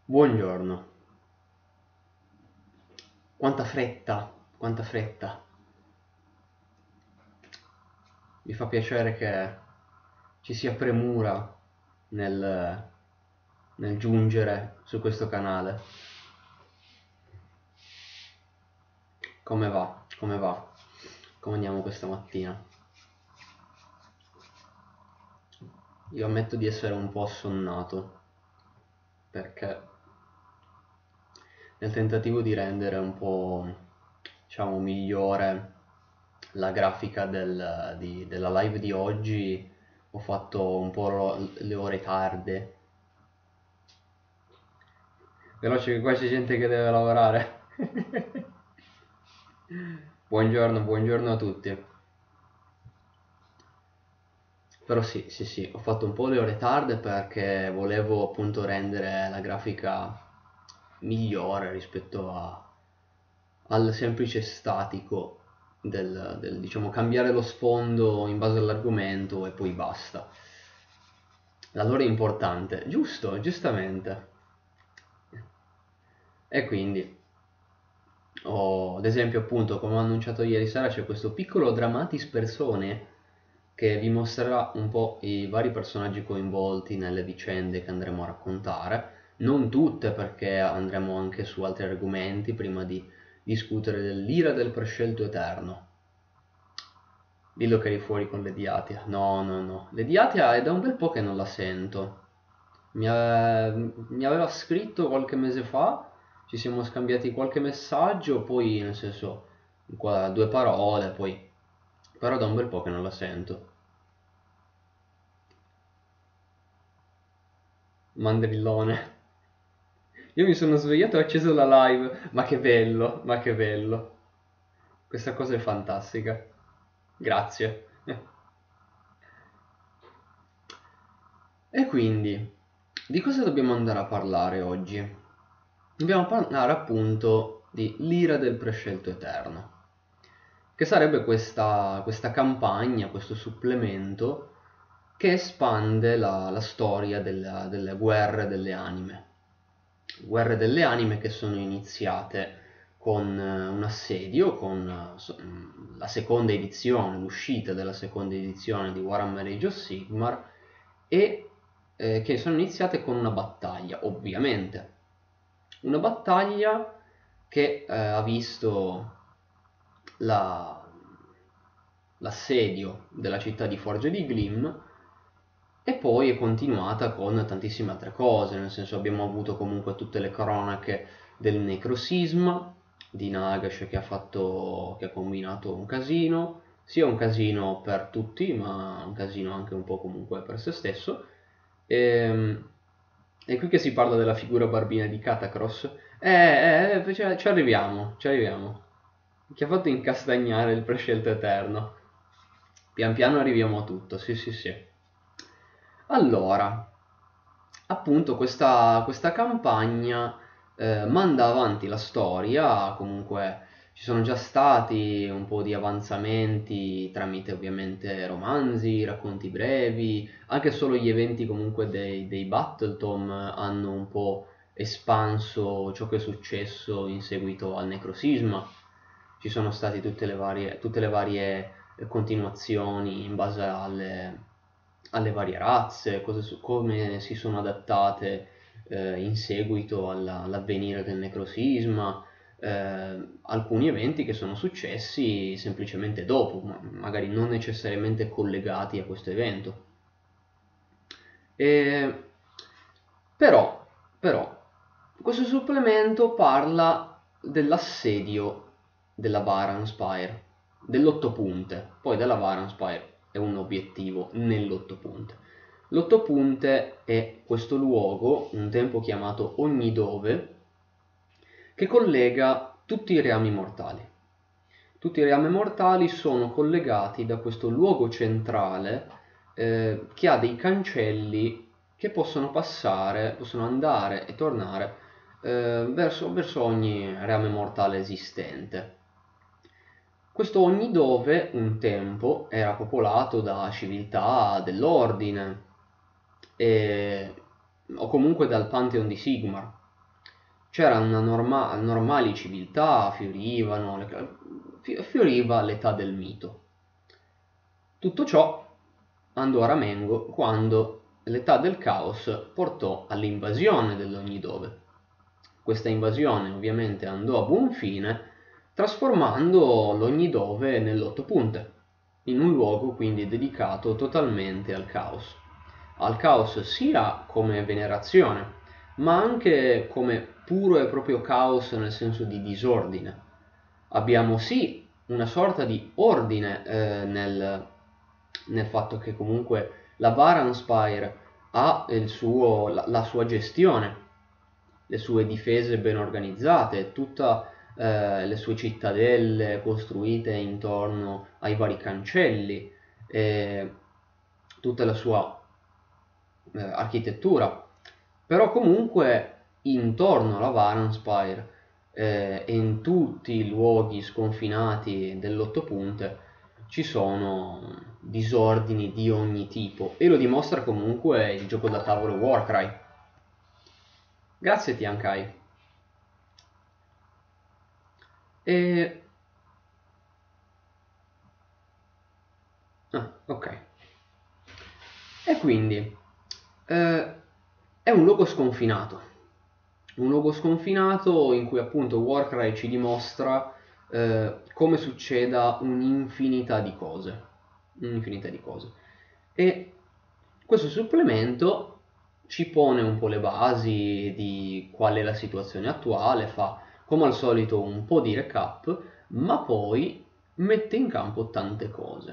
Buongiorno. Quanta fretta, quanta fretta. Mi fa piacere che ci sia premura nel giungere su questo canale. Come va? Come va? Come andiamo questa mattina? Io ammetto di essere un po' assonnato, perché nel tentativo di rendere un po', diciamo, migliore la grafica della live di oggi, ho fatto un po' le ore tarde. Veloce che qua c'è gente che deve lavorare. Buongiorno, buongiorno a tutti. Però sì, ho fatto un po' le ore tarde perché volevo appunto rendere la grafica migliore rispetto al semplice statico diciamo, cambiare lo sfondo in base all'argomento e poi basta. L'allora è importante, giusto, giustamente. E quindi, ad esempio, appunto, come ho annunciato ieri sera, c'è questo piccolo dramatis persone che vi mostrerà un po' i vari personaggi coinvolti nelle vicende che andremo a raccontare. Non tutte, perché andremo anche su altri argomenti prima di discutere dell'ira del prescelto eterno. Dillo che eri fuori con l'Ediatia. No, no, no. L'Ediatia è da un bel po' che non la sento. Mi aveva scritto qualche mese fa, ci siamo scambiati qualche messaggio, poi nel senso, qua, due parole, poi... Però da un bel po' che non la sento. Mandrillone. Io mi sono svegliato e ho acceso la live. Ma che bello, ma che bello. Questa cosa è fantastica. Grazie. E quindi, di cosa dobbiamo andare a parlare oggi? Dobbiamo parlare appunto di l'ira del prescelto eterno, che sarebbe questa campagna, questo supplemento che espande la storia delle guerre delle anime. Guerre delle anime che sono iniziate con un assedio, con la seconda edizione, l'uscita della seconda edizione di Warhammer Age of Sigmar, e che sono iniziate con una battaglia, ovviamente. Una battaglia che ha visto l'assedio della città di Forge di Glim, e poi è continuata con tantissime altre cose, nel senso abbiamo avuto comunque tutte le cronache del necrosisma di Nagash che ha combinato un casino, sia un casino per tutti, ma un casino anche un po' comunque per se stesso. È qui che si parla della figura barbina di Catacross. Ci arriviamo, ci arriviamo. Che ha fatto incastagnare il prescelto eterno. Pian piano arriviamo a tutto, sì sì sì. Allora, appunto questa campagna manda avanti la storia, comunque ci sono già stati un po' di avanzamenti tramite ovviamente romanzi, racconti brevi, anche solo gli eventi comunque dei Battletome hanno un po' espanso ciò che è successo in seguito al necrosisma. Ci sono state tutte le varie continuazioni in base alle varie razze, come si sono adattate in seguito all'avvenire del necrosisma, alcuni eventi che sono successi semplicemente dopo, magari non necessariamente collegati a questo evento. E, però, questo supplemento parla dell'assedio della Varanspire, dell'otto punte, poi della Varanspire è un obiettivo nell'otto punte. L'otto punte è questo luogo, un tempo chiamato Ognidove, che collega tutti i reami mortali. Tutti i reami mortali sono collegati da questo luogo centrale che ha dei cancelli che possono passare, possono andare e tornare verso ogni reame mortale esistente. Questo Ognidove un tempo era popolato da civiltà dell'ordine o comunque dal Pantheon di Sigmar. c'erano normali civiltà, fioriva l'età del mito. Tutto ciò andò a ramengo quando l'età del caos portò all'invasione dell'Ognidove. Questa invasione ovviamente andò a buon fine, trasformando l'Ognidove nell'Ottopunte, in un luogo quindi dedicato totalmente al caos sia come venerazione, ma anche come puro e proprio caos nel senso di disordine. Abbiamo sì una sorta di ordine nel fatto che comunque la Varanspire ha la sua gestione, le sue difese ben organizzate, tutte le sue cittadelle costruite intorno ai vari cancelli, tutta la sua architettura, però comunque intorno alla Varanspire e in tutti i luoghi sconfinati dell'Ottopunte ci sono disordini di ogni tipo, e lo dimostra comunque il gioco da tavolo Warcry. Grazie Tiankai. Ok. E quindi è un luogo sconfinato. Un luogo sconfinato in cui appunto Warcry ci dimostra come succeda un'infinità di cose. Un'infinità di cose. E questo supplemento ci pone un po' le basi di qual è la situazione attuale, fa come al solito un po' di recap, ma poi mette in campo tante cose.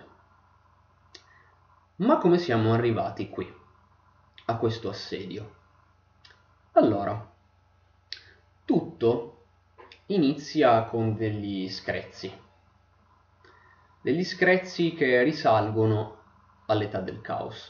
Ma come siamo arrivati qui, a questo assedio? Allora, tutto inizia con degli screzi che risalgono all'età del caos.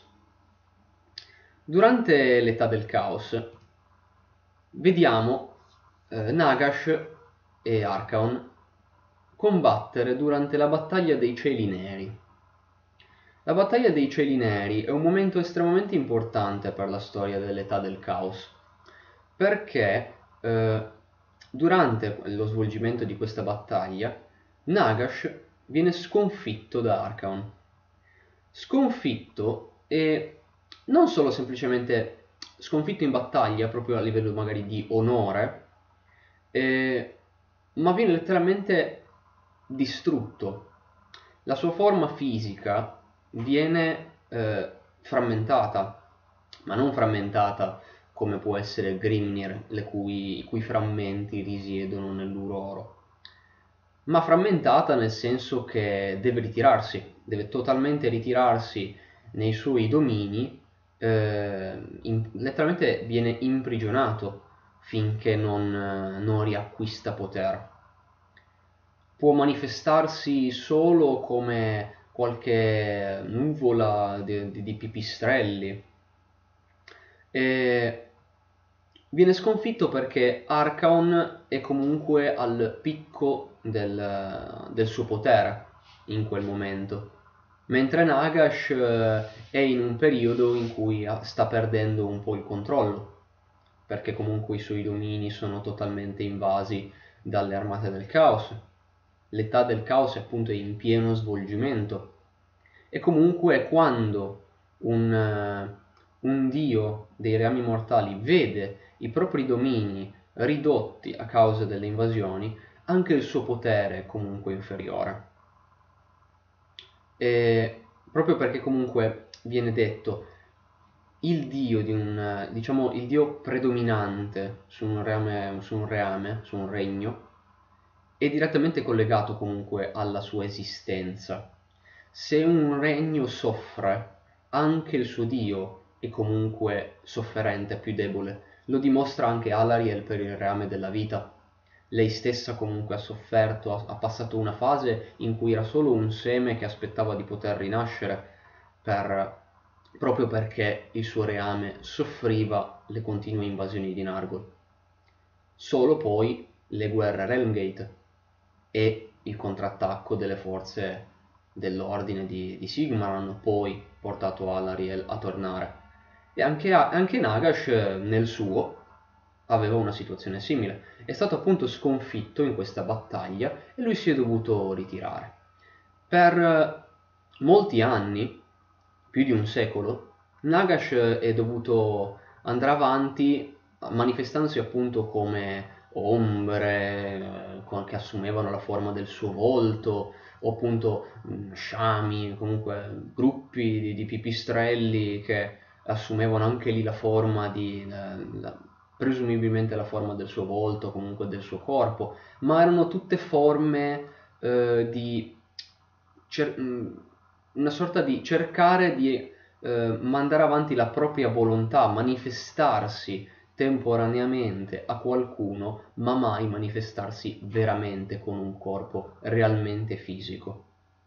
Durante l'età del caos vediamo Nagash e Archaon combattere durante la battaglia dei Cieli Neri. La battaglia dei Cieli Neri è un momento estremamente importante per la storia dell'età del caos, perché durante lo svolgimento di questa battaglia Nagash viene sconfitto da Archaon. Sconfitto e non solo semplicemente sconfitto in battaglia, proprio a livello magari di onore, ma viene letteralmente distrutto. La sua forma fisica viene frammentata, ma non frammentata come può essere Grimnir, i cui frammenti risiedono nell'Uroro, ma frammentata nel senso che deve totalmente ritirarsi nei suoi domini, letteralmente viene imprigionato finché non riacquista potere. Può manifestarsi solo come qualche nuvola di pipistrelli, e viene sconfitto perché Archaon è comunque al picco del suo potere in quel momento, mentre Nagash è in un periodo in cui sta perdendo un po' il controllo, perché comunque i suoi domini sono totalmente invasi dalle armate del caos. L'età del caos è appunto in pieno svolgimento, e comunque quando un dio dei reami mortali vede i propri domini ridotti a causa delle invasioni, anche il suo potere è comunque inferiore. E proprio perché comunque viene detto il dio diciamo il dio predominante su un regno, è direttamente collegato comunque alla sua esistenza. Se un regno soffre, anche il suo dio è comunque sofferente, più debole. Lo dimostra anche Alariel per il reame della vita. Lei stessa comunque ha sofferto, ha passato una fase in cui era solo un seme che aspettava di poter rinascere, proprio perché il suo reame soffriva le continue invasioni di Nargol. Solo poi le guerre Realmgate e il contrattacco delle forze dell'ordine di Sigmar hanno poi portato Alariel a tornare. E anche Nagash nel suo aveva una situazione simile. È stato appunto sconfitto in questa battaglia e lui si è dovuto ritirare. Per molti anni, più di un secolo, Nagash è dovuto andare avanti manifestandosi appunto come ombre che assumevano la forma del suo volto, o appunto sciami, comunque gruppi di pipistrelli che assumevano anche lì la forma presumibilmente la forma del suo volto, comunque del suo corpo, ma erano tutte forme di una sorta di cercare di mandare avanti la propria volontà, manifestarsi temporaneamente a qualcuno, ma mai manifestarsi veramente con un corpo realmente fisico.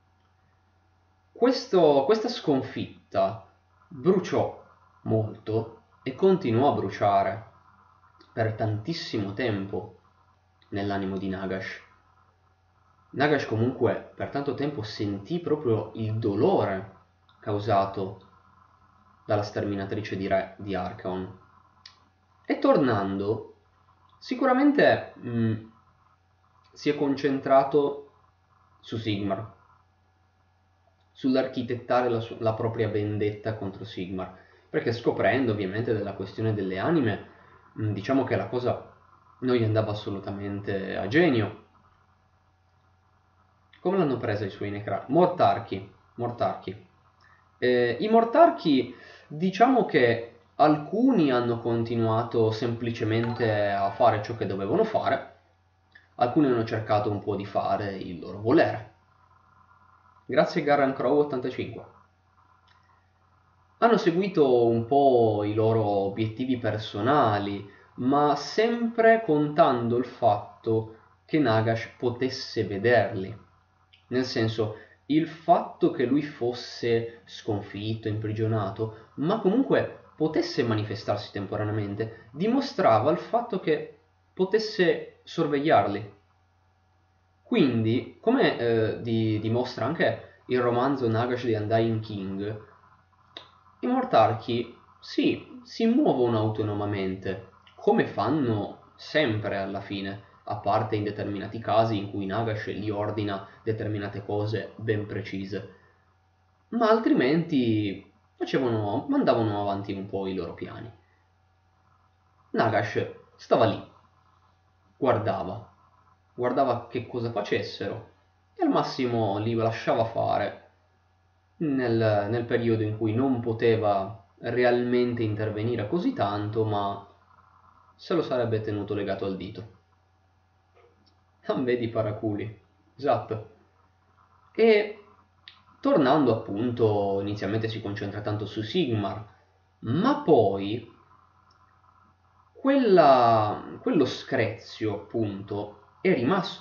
Questa sconfitta bruciò molto e continuò a bruciare per tantissimo tempo nell'animo di Nagash. Nagash comunque per tanto tempo sentì proprio il dolore causato dalla sterminatrice di re di Archaon. E tornando, sicuramente si è concentrato su Sigmar, sull'architettare la propria vendetta contro Sigmar, perché scoprendo ovviamente della questione delle anime, diciamo che la cosa non gli andava assolutamente a genio. Come l'hanno presa i suoi necrati? Mortarchi. I Mortarchi, diciamo che alcuni hanno continuato semplicemente a fare ciò che dovevano fare, alcuni hanno cercato un po' di fare il loro volere. Grazie Garran Crow 85. Hanno seguito un po' i loro obiettivi personali, ma sempre contando il fatto che Nagash potesse vederli. Nel senso, il fatto che lui fosse sconfitto, imprigionato, ma comunque potesse manifestarsi temporaneamente, dimostrava il fatto che potesse sorvegliarli. Quindi, come dimostra anche il romanzo Nagash the Undying King, i Mortarchi sì, si muovono autonomamente, come fanno sempre alla fine, a parte in determinati casi in cui Nagash gli ordina determinate cose ben precise, ma altrimenti mandavano avanti un po' i loro piani. Nagash stava lì, guardava che cosa facessero e al massimo li lasciava fare nel periodo in cui non poteva realmente intervenire così tanto, ma se lo sarebbe tenuto legato al dito. Non vedi paraculi, esatto. E tornando appunto, inizialmente si concentra tanto su Sigmar, ma poi quello screzio appunto è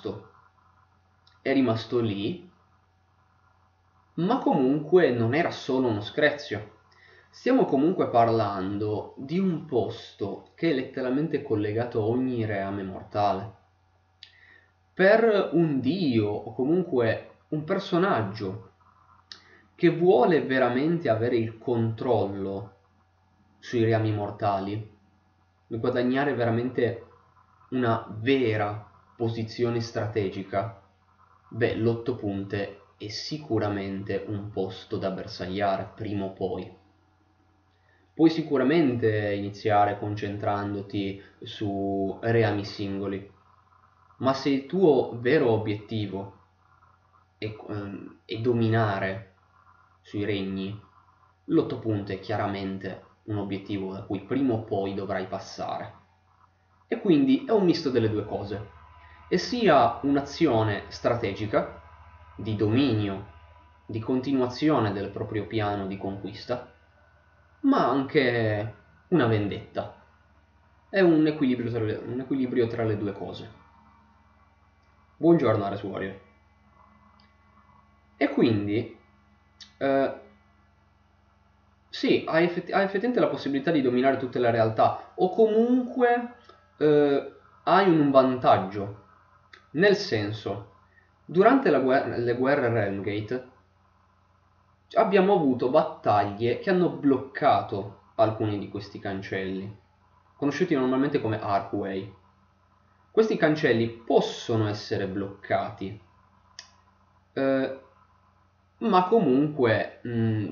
rimasto lì, ma comunque non era solo uno screzio. Stiamo comunque parlando di un posto che è letteralmente collegato a ogni reame mortale. Per un dio o comunque un personaggio che vuole veramente avere il controllo sui reami mortali, guadagnare veramente una vera posizione strategica, beh, l'otto punte è sicuramente un posto da bersagliare prima o poi. Puoi sicuramente iniziare concentrandoti su reami singoli, ma se il tuo vero obiettivo è dominare sui regni, l'otto punte è chiaramente un obiettivo da cui prima o poi dovrai passare. E quindi è un misto delle due cose, e sia un'azione strategica di dominio, di continuazione del proprio piano di conquista, ma anche una vendetta. È un equilibrio tra le due cose. Buongiorno Ares Warrior. E quindi sì, hai effettivamente la possibilità di dominare tutte le realtà, o comunque hai un vantaggio. Nel senso, durante le guerre Realmgate abbiamo avuto battaglie che hanno bloccato alcuni di questi cancelli. conosciuti normalmente come Archway. Questi cancelli possono essere bloccati, ma comunque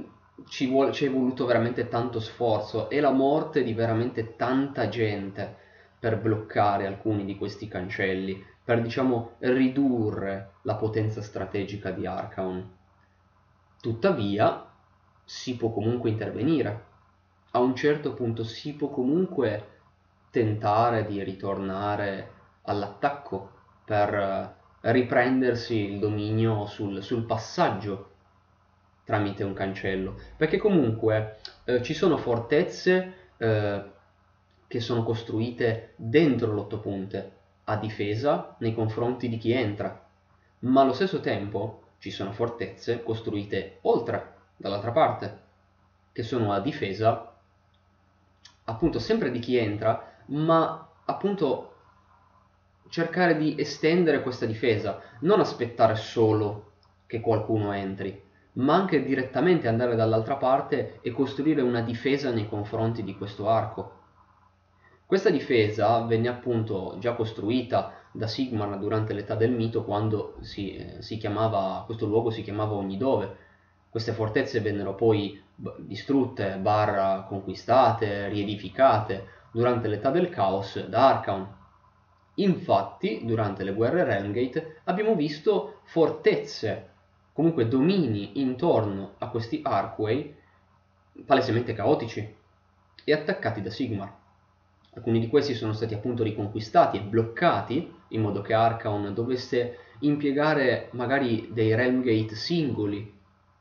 ci è voluto veramente tanto sforzo e la morte di veramente tanta gente per bloccare alcuni di questi cancelli, per diciamo ridurre la potenza strategica di Archaon. Tuttavia si può comunque intervenire. A un certo punto si può comunque tentare di ritornare all'attacco per riprendersi il dominio sul passaggio tramite un cancello, perché comunque ci sono fortezze che sono costruite dentro l'ottopunte a difesa nei confronti di chi entra, ma allo stesso tempo ci sono fortezze costruite oltre, dall'altra parte, che sono a difesa appunto sempre di chi entra, ma appunto cercare di estendere questa difesa, non aspettare solo che qualcuno entri, ma anche direttamente andare dall'altra parte e costruire una difesa nei confronti di questo arco. Questa difesa venne appunto già costruita da Sigmar durante l'età del mito, quando questo luogo si chiamava Ognidove. Queste fortezze vennero poi distrutte, conquistate, riedificate durante l'età del caos da Archaon. Infatti, durante le guerre Realmgate abbiamo visto fortezze, comunque domini intorno a questi Archway palesemente caotici e attaccati da Sigmar. Alcuni di questi sono stati appunto riconquistati e bloccati in modo che Archaon dovesse impiegare magari dei Realmgate singoli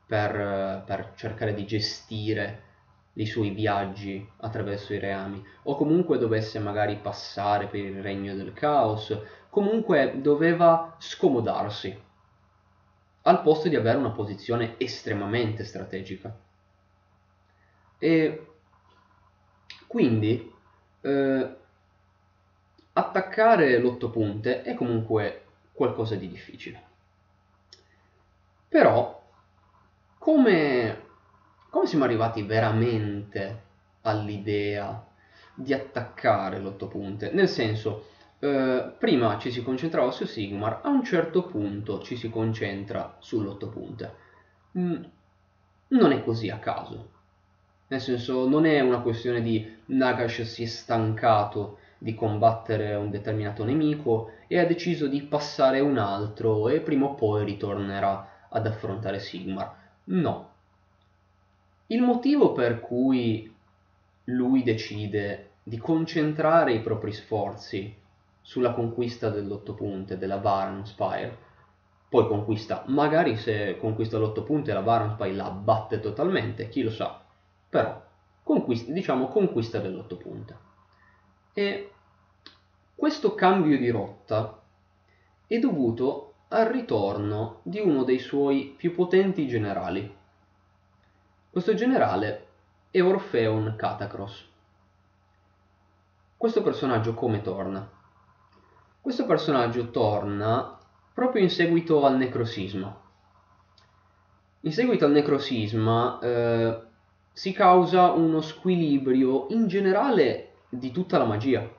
per cercare di gestire i suoi viaggi attraverso i reami, o comunque dovesse magari passare per il regno del caos, comunque doveva scomodarsi al posto di avere una posizione estremamente strategica. E quindi attaccare l'ottopunte è comunque qualcosa di difficile. Però come siamo arrivati veramente all'idea di attaccare l'ottopunte? Nel senso, prima ci si concentrava su Sigmar, a un certo punto ci si concentra sull'ottopunte. Non è così a caso. Nel senso, non è una questione di Nagash si è stancato di combattere un determinato nemico e ha deciso di passare un altro e prima o poi ritornerà ad affrontare Sigmar. No. Il motivo per cui lui decide di concentrare i propri sforzi sulla conquista dell'ottopunte, della Varanspire, poi conquista, magari se conquista l'ottopunte la Varanspire la batte totalmente, chi lo sa, però conquista dell'ottopunte. E questo cambio di rotta è dovuto al ritorno di uno dei suoi più potenti generali. Questo generale è Orpheon Catacross. Questo personaggio come torna? Questo personaggio torna proprio in seguito al necrosisma. In seguito al necrosisma si causa uno squilibrio in generale di tutta la magia,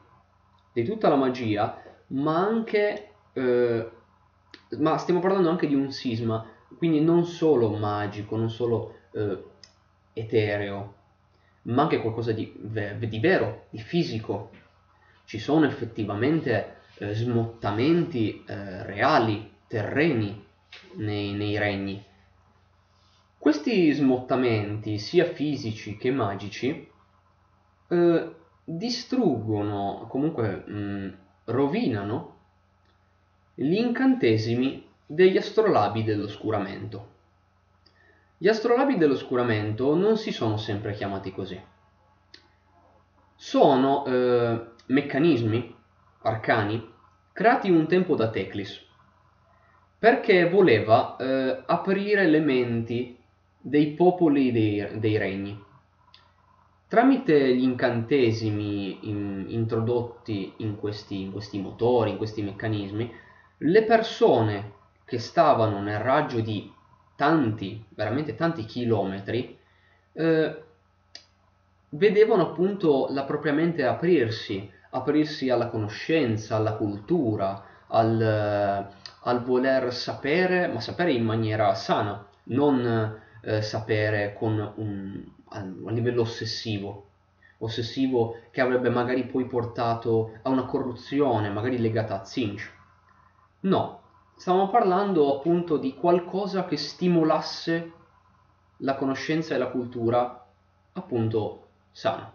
ma anche ma stiamo parlando anche di un sisma, quindi non solo magico, non solo etereo, ma anche qualcosa di vero, di fisico. Ci sono effettivamente smottamenti reali, terreni nei regni. Questi smottamenti, sia fisici che magici, distruggono, comunque rovinano gli incantesimi degli astrolabi dell'oscuramento. Gli astrolabi dell'oscuramento non si sono sempre chiamati così. Sono meccanismi arcani creati un tempo da Teclis, perché voleva aprire le menti dei popoli dei regni. Tramite gli incantesimi introdotti in questi motori, in questi meccanismi, le persone che stavano nel raggio di tanti, veramente tanti chilometri, vedevano appunto la propria mente aprirsi alla conoscenza, alla cultura, al voler sapere, ma sapere in maniera sana, non sapere a livello ossessivo che avrebbe magari poi portato a una corruzione, magari legata a Zinch. No, stavamo parlando appunto di qualcosa che stimolasse la conoscenza e la cultura, appunto, sana.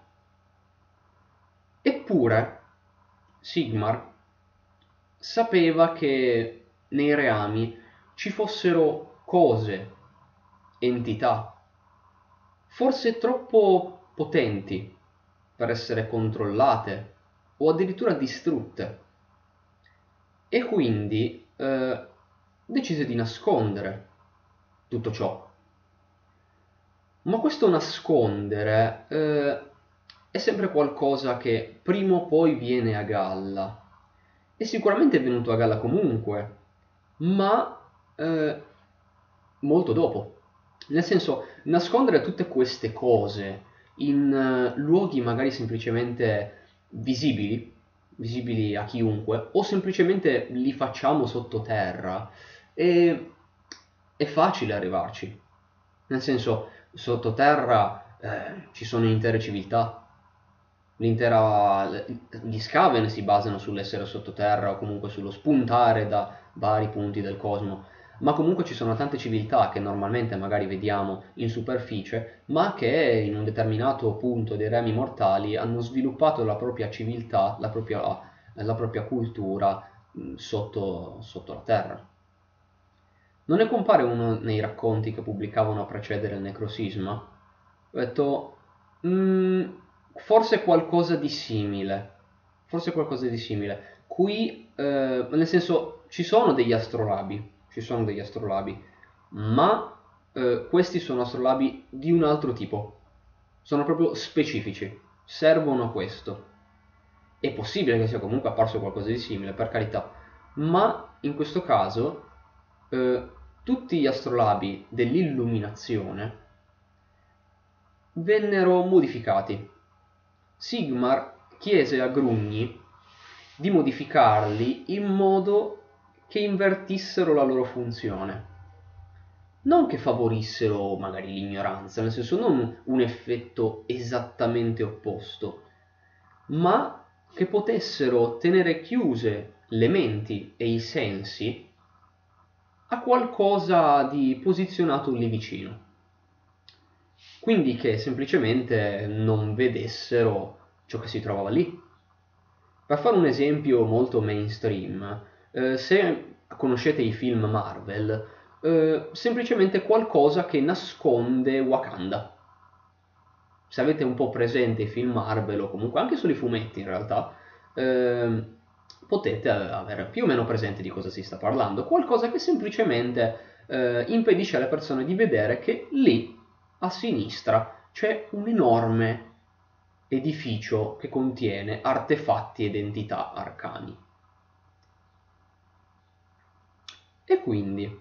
Eppure Sigmar sapeva che nei reami ci fossero cose, entità, forse troppo potenti per essere controllate o addirittura distrutte. E quindi decise di nascondere tutto ciò. Ma questo nascondere è sempre qualcosa che prima o poi viene a galla. E sicuramente è venuto a galla comunque, ma eh, molto dopo. Nel senso, nascondere tutte queste cose in luoghi magari semplicemente visibili a chiunque, o semplicemente li facciamo sottoterra, e è facile arrivarci. Nel senso, sottoterra ci sono intere civiltà. Gli Skaven si basano sull'essere sottoterra o comunque sullo spuntare da vari punti del cosmo, ma comunque ci sono tante civiltà che normalmente magari vediamo in superficie, ma che in un determinato punto dei remi mortali hanno sviluppato la propria civiltà, la propria cultura sotto la terra. Non ne compare uno nei racconti che pubblicavano a precedere il Necrosisma? Ho detto, "Mm, forse qualcosa di simile, forse qualcosa di simile. Qui, nel senso, ci sono degli astrolabi, ma questi sono astrolabi di un altro tipo, sono proprio specifici, servono a questo. È possibile che sia comunque apparso qualcosa di simile, per carità, ma in questo caso tutti gli astrolabi dell'illuminazione vennero modificati. Sigmar chiese a Grugni di modificarli in modo che invertissero la loro funzione. Non che favorissero magari l'ignoranza, nel senso non un effetto esattamente opposto, ma che potessero tenere chiuse le menti e i sensi a qualcosa di posizionato lì vicino. Quindi che semplicemente non vedessero ciò che si trovava lì. Per fare un esempio molto mainstream, se conoscete i film Marvel, semplicemente qualcosa che nasconde Wakanda. Se avete un po' presente i film Marvel o comunque anche solo i fumetti in realtà, potete avere più o meno presente di cosa si sta parlando. Qualcosa che semplicemente impedisce alle persone di vedere che lì a sinistra c'è un enorme edificio che contiene artefatti ed entità arcani. E quindi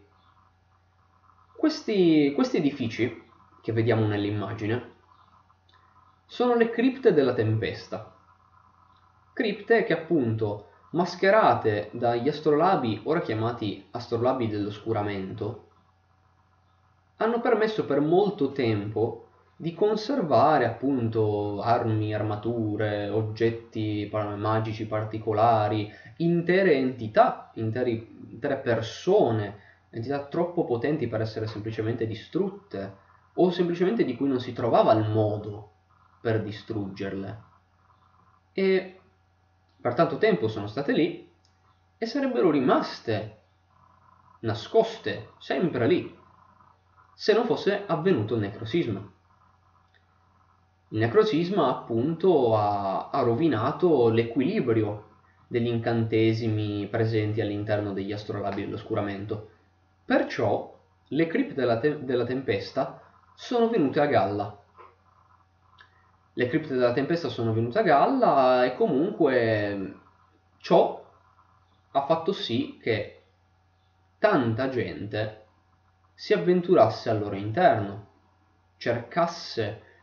questi edifici che vediamo nell'immagine sono le cripte della tempesta. Cripte che appunto, mascherate dagli astrolabi, ora chiamati astrolabi dell'oscuramento, hanno permesso per molto tempo di conservare appunto armi, armature, oggetti magici particolari, intere entità, intere persone, entità troppo potenti per essere semplicemente distrutte o semplicemente di cui non si trovava il modo per distruggerle. E per tanto tempo sono state lì e sarebbero rimaste nascoste, sempre lì, se non fosse avvenuto il necrosisma. Il necrosisma appunto ha rovinato l'equilibrio degli incantesimi presenti all'interno degli astrolabi dell'oscuramento. Perciò le cripte della tempesta sono venute a galla. Le cripte della tempesta sono venute a galla e comunque ciò ha fatto sì che tanta gente si avventurasse al loro interno, cercasse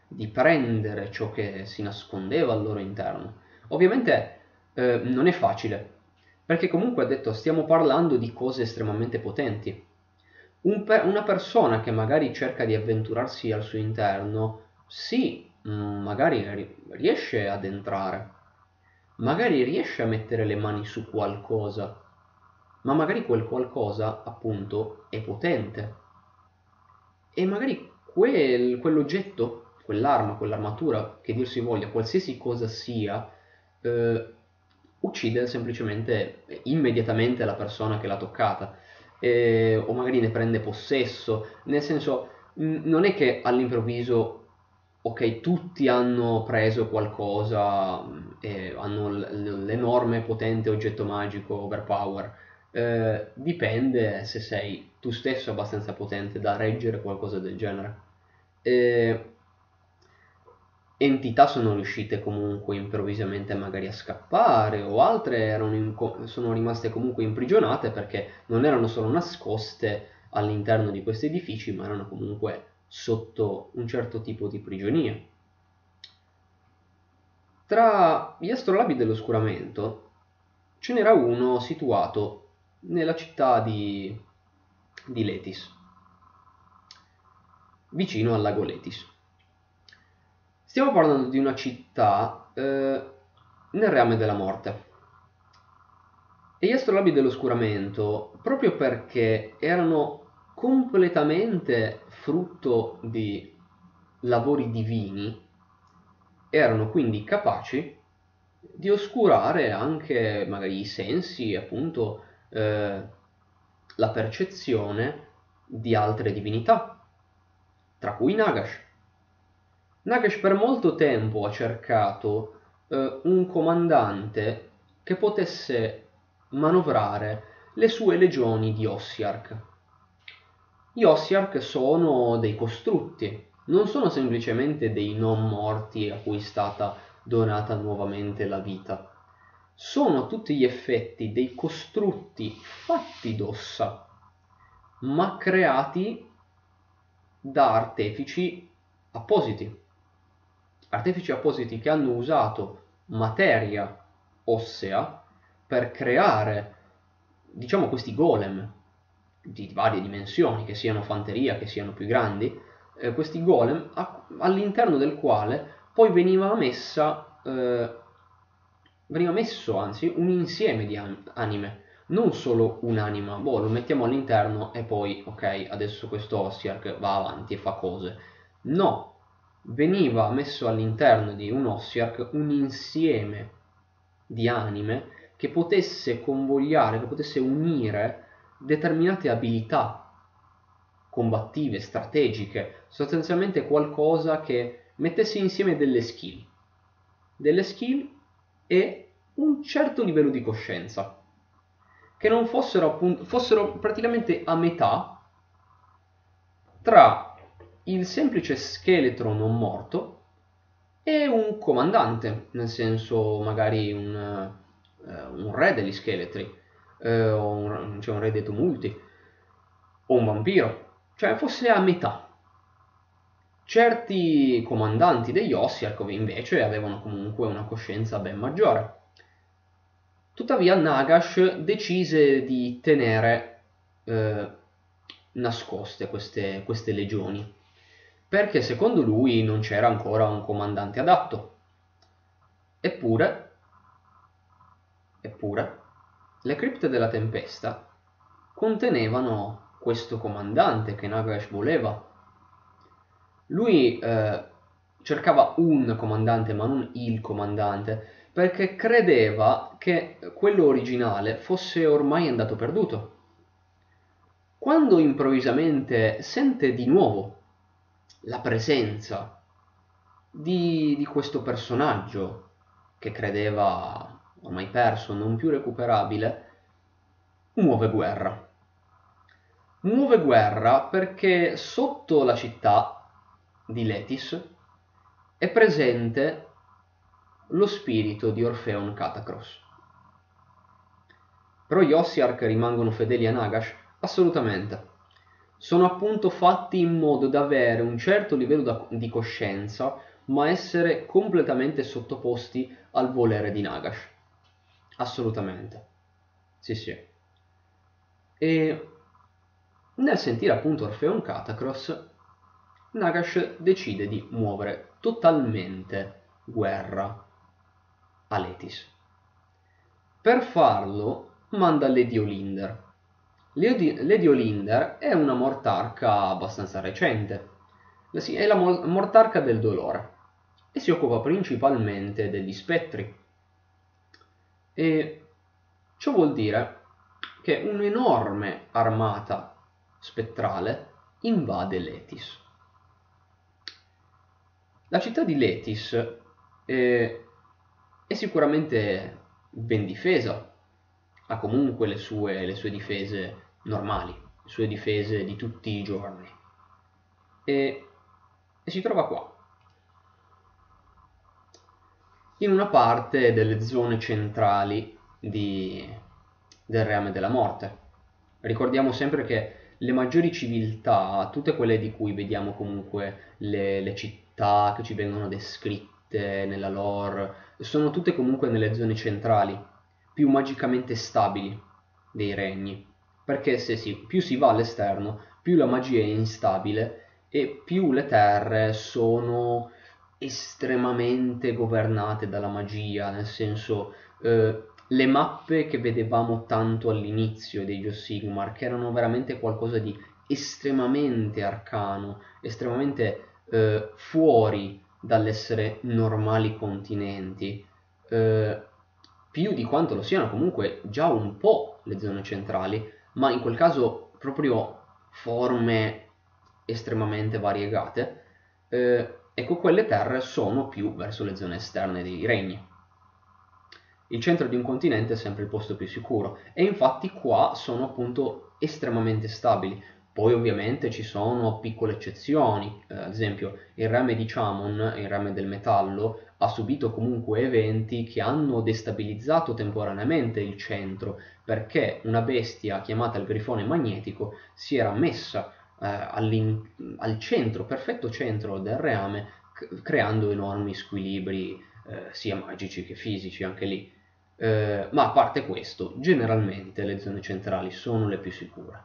di prendere ciò che si nascondeva al loro interno. Ovviamente non è facile, perché comunque ha detto stiamo parlando di cose estremamente potenti. Una persona che magari cerca di avventurarsi al suo interno, sì, magari riesce ad entrare, magari riesce a mettere le mani su qualcosa, ma magari quel qualcosa, appunto, è potente. E magari quell'oggetto, quell'arma, quell'armatura, che dir si voglia, qualsiasi cosa sia, eh, uccide semplicemente, immediatamente la persona che l'ha toccata, o magari ne prende possesso, nel senso, non è che all'improvviso, ok, tutti hanno preso qualcosa, e hanno l'enorme potente oggetto magico overpower. Dipende se sei tu stesso abbastanza potente da reggere qualcosa del genere. Eh, Entità sono riuscite comunque improvvisamente magari a scappare, o altre sono rimaste comunque imprigionate perché non erano solo nascoste all'interno di questi edifici, ma erano comunque sotto un certo tipo di prigionia. Tra gli astrolabi dell'oscuramento ce n'era uno situato nella città di Letis, vicino al lago Letis. Stiamo parlando di una città nel reame della morte. E gli astrolabi dell'oscuramento, proprio perché erano completamente frutto di lavori divini, erano quindi capaci di oscurare anche magari i sensi, appunto, la percezione di altre divinità, tra cui Nagash. Nagash per molto tempo ha cercato un comandante che potesse manovrare le sue legioni di Ossiarch. Gli Ossiarch sono dei costrutti, non sono semplicemente dei non morti a cui è stata donata nuovamente la vita. Sono a tutti gli effetti dei costrutti fatti d'ossa, ma creati da artefici appositi. Artefici appositi che hanno usato materia ossea per creare, diciamo, questi golem di varie dimensioni, che siano fanteria, che siano più grandi, questi golem all'interno del quale poi veniva messo anzi un insieme di anime, non solo un'anima, boh, lo mettiamo all'interno e poi, ok, adesso questo Ossiarch va avanti e fa cose. No, veniva messo all'interno di un Ossiarch un insieme di anime che potesse convogliare, che potesse unire determinate abilità combattive, strategiche, sostanzialmente qualcosa che mettesse insieme delle skill e un certo livello di coscienza, che non fossero appunto, fossero praticamente a metà tra il semplice scheletro non morto e un comandante, nel senso magari un re degli scheletri, cioè un re dei tumulti, o un vampiro, cioè fosse a metà. Certi comandanti degli Ossiarch invece avevano comunque una coscienza ben maggiore. Tuttavia Nagash decise di tenere nascoste queste legioni, perché secondo lui non c'era ancora un comandante adatto. Eppure, le cripte della tempesta contenevano questo comandante che Nagash voleva. Lui cercava un comandante, ma non il comandante, perché credeva che quello originale fosse ormai andato perduto. Quando improvvisamente sente di nuovo la presenza di questo personaggio che credeva ormai perso, non più recuperabile, muove guerra. Muove guerra perché sotto la città di Letis è presente lo spirito di Orpheon Catacross. Però gli Ossiarch rimangono fedeli a Nagash? Assolutamente. sono appunto fatti in modo da avere un certo livello di coscienza, ma essere completamente sottoposti al volere di Nagash. Assolutamente. Sì, sì. E nel sentire appunto Orfeon Catacross, Nagash decide di muovere totalmente guerra a Letis. Per farlo manda Lady Olinder. Lady Olinder è una mortarca abbastanza recente. Sì, è la mortarca del dolore e si occupa principalmente degli spettri. E ciò vuol dire che un'enorme armata spettrale invade Letis. La città di Letis è sicuramente ben difesa, ha comunque le sue difese normali, le sue difese di tutti i giorni e, e si trova qua, in una parte delle zone centrali del Reame della Morte. Ricordiamo sempre che le maggiori civiltà, tutte quelle di cui vediamo comunque le città che ci vengono descritte nella lore, sono tutte comunque nelle zone centrali, più magicamente stabili dei regni. Perché più si va all'esterno, più la magia è instabile e più le terre sono estremamente governate dalla magia, nel senso le mappe che vedevamo tanto all'inizio dei Age of Sigmar, che erano veramente qualcosa di estremamente arcano, estremamente fuori dall'essere normali continenti, più di quanto lo siano comunque già un po' le zone centrali, ma in quel caso proprio forme estremamente variegate. Ecco, quelle terre sono più verso le zone esterne dei regni. Il centro di un continente è sempre il posto più sicuro e infatti qua sono appunto estremamente stabili. Poi ovviamente ci sono piccole eccezioni, ad esempio il rame di Chamon, il rame del metallo, ha subito comunque eventi che hanno destabilizzato temporaneamente il centro perché una bestia chiamata il grifone magnetico si era messa al centro, perfetto centro del reame, creando enormi squilibri sia magici che fisici anche lì. Ma a parte questo, generalmente le zone centrali sono le più sicure.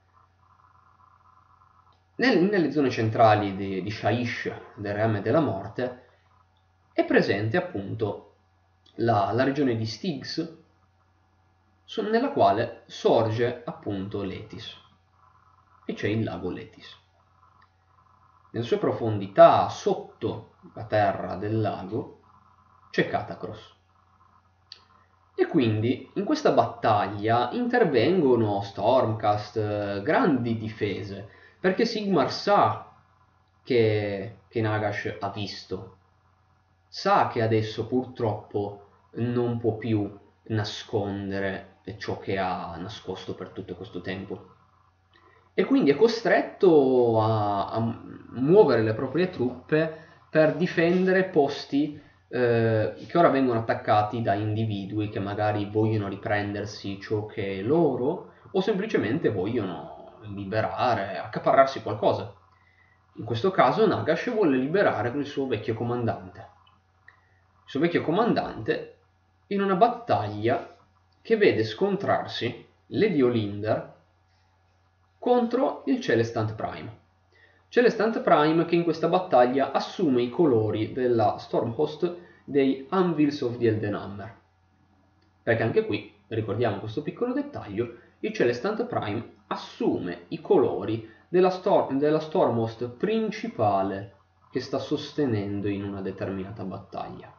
Nelle zone centrali di Shaish, del Reame della Morte, è presente appunto la regione di Styx, nella quale sorge appunto Letis, e c'è il lago Letis. Nelle sue profondità, sotto la terra del lago, c'è Catacross. E quindi in questa battaglia intervengono Stormcast, grandi difese, perché Sigmar sa che Nagash ha visto, sa che adesso purtroppo non può più nascondere ciò che ha nascosto per tutto questo tempo. E quindi è costretto a muovere le proprie truppe per difendere posti che ora vengono attaccati da individui che magari vogliono riprendersi ciò che è loro o semplicemente vogliono liberare, accaparrarsi qualcosa. In questo caso Nagash vuole liberare il suo vecchio comandante. Il suo vecchio comandante in una battaglia che vede scontrarsi Lady Olinder contro il Celestant Prime. Celestant Prime che in questa battaglia assume i colori della Stormhost dei Anvils of the Eldenhammer. Perché anche qui, ricordiamo questo piccolo dettaglio, il Celestant Prime assume i colori della Stormhost principale che sta sostenendo in una determinata battaglia.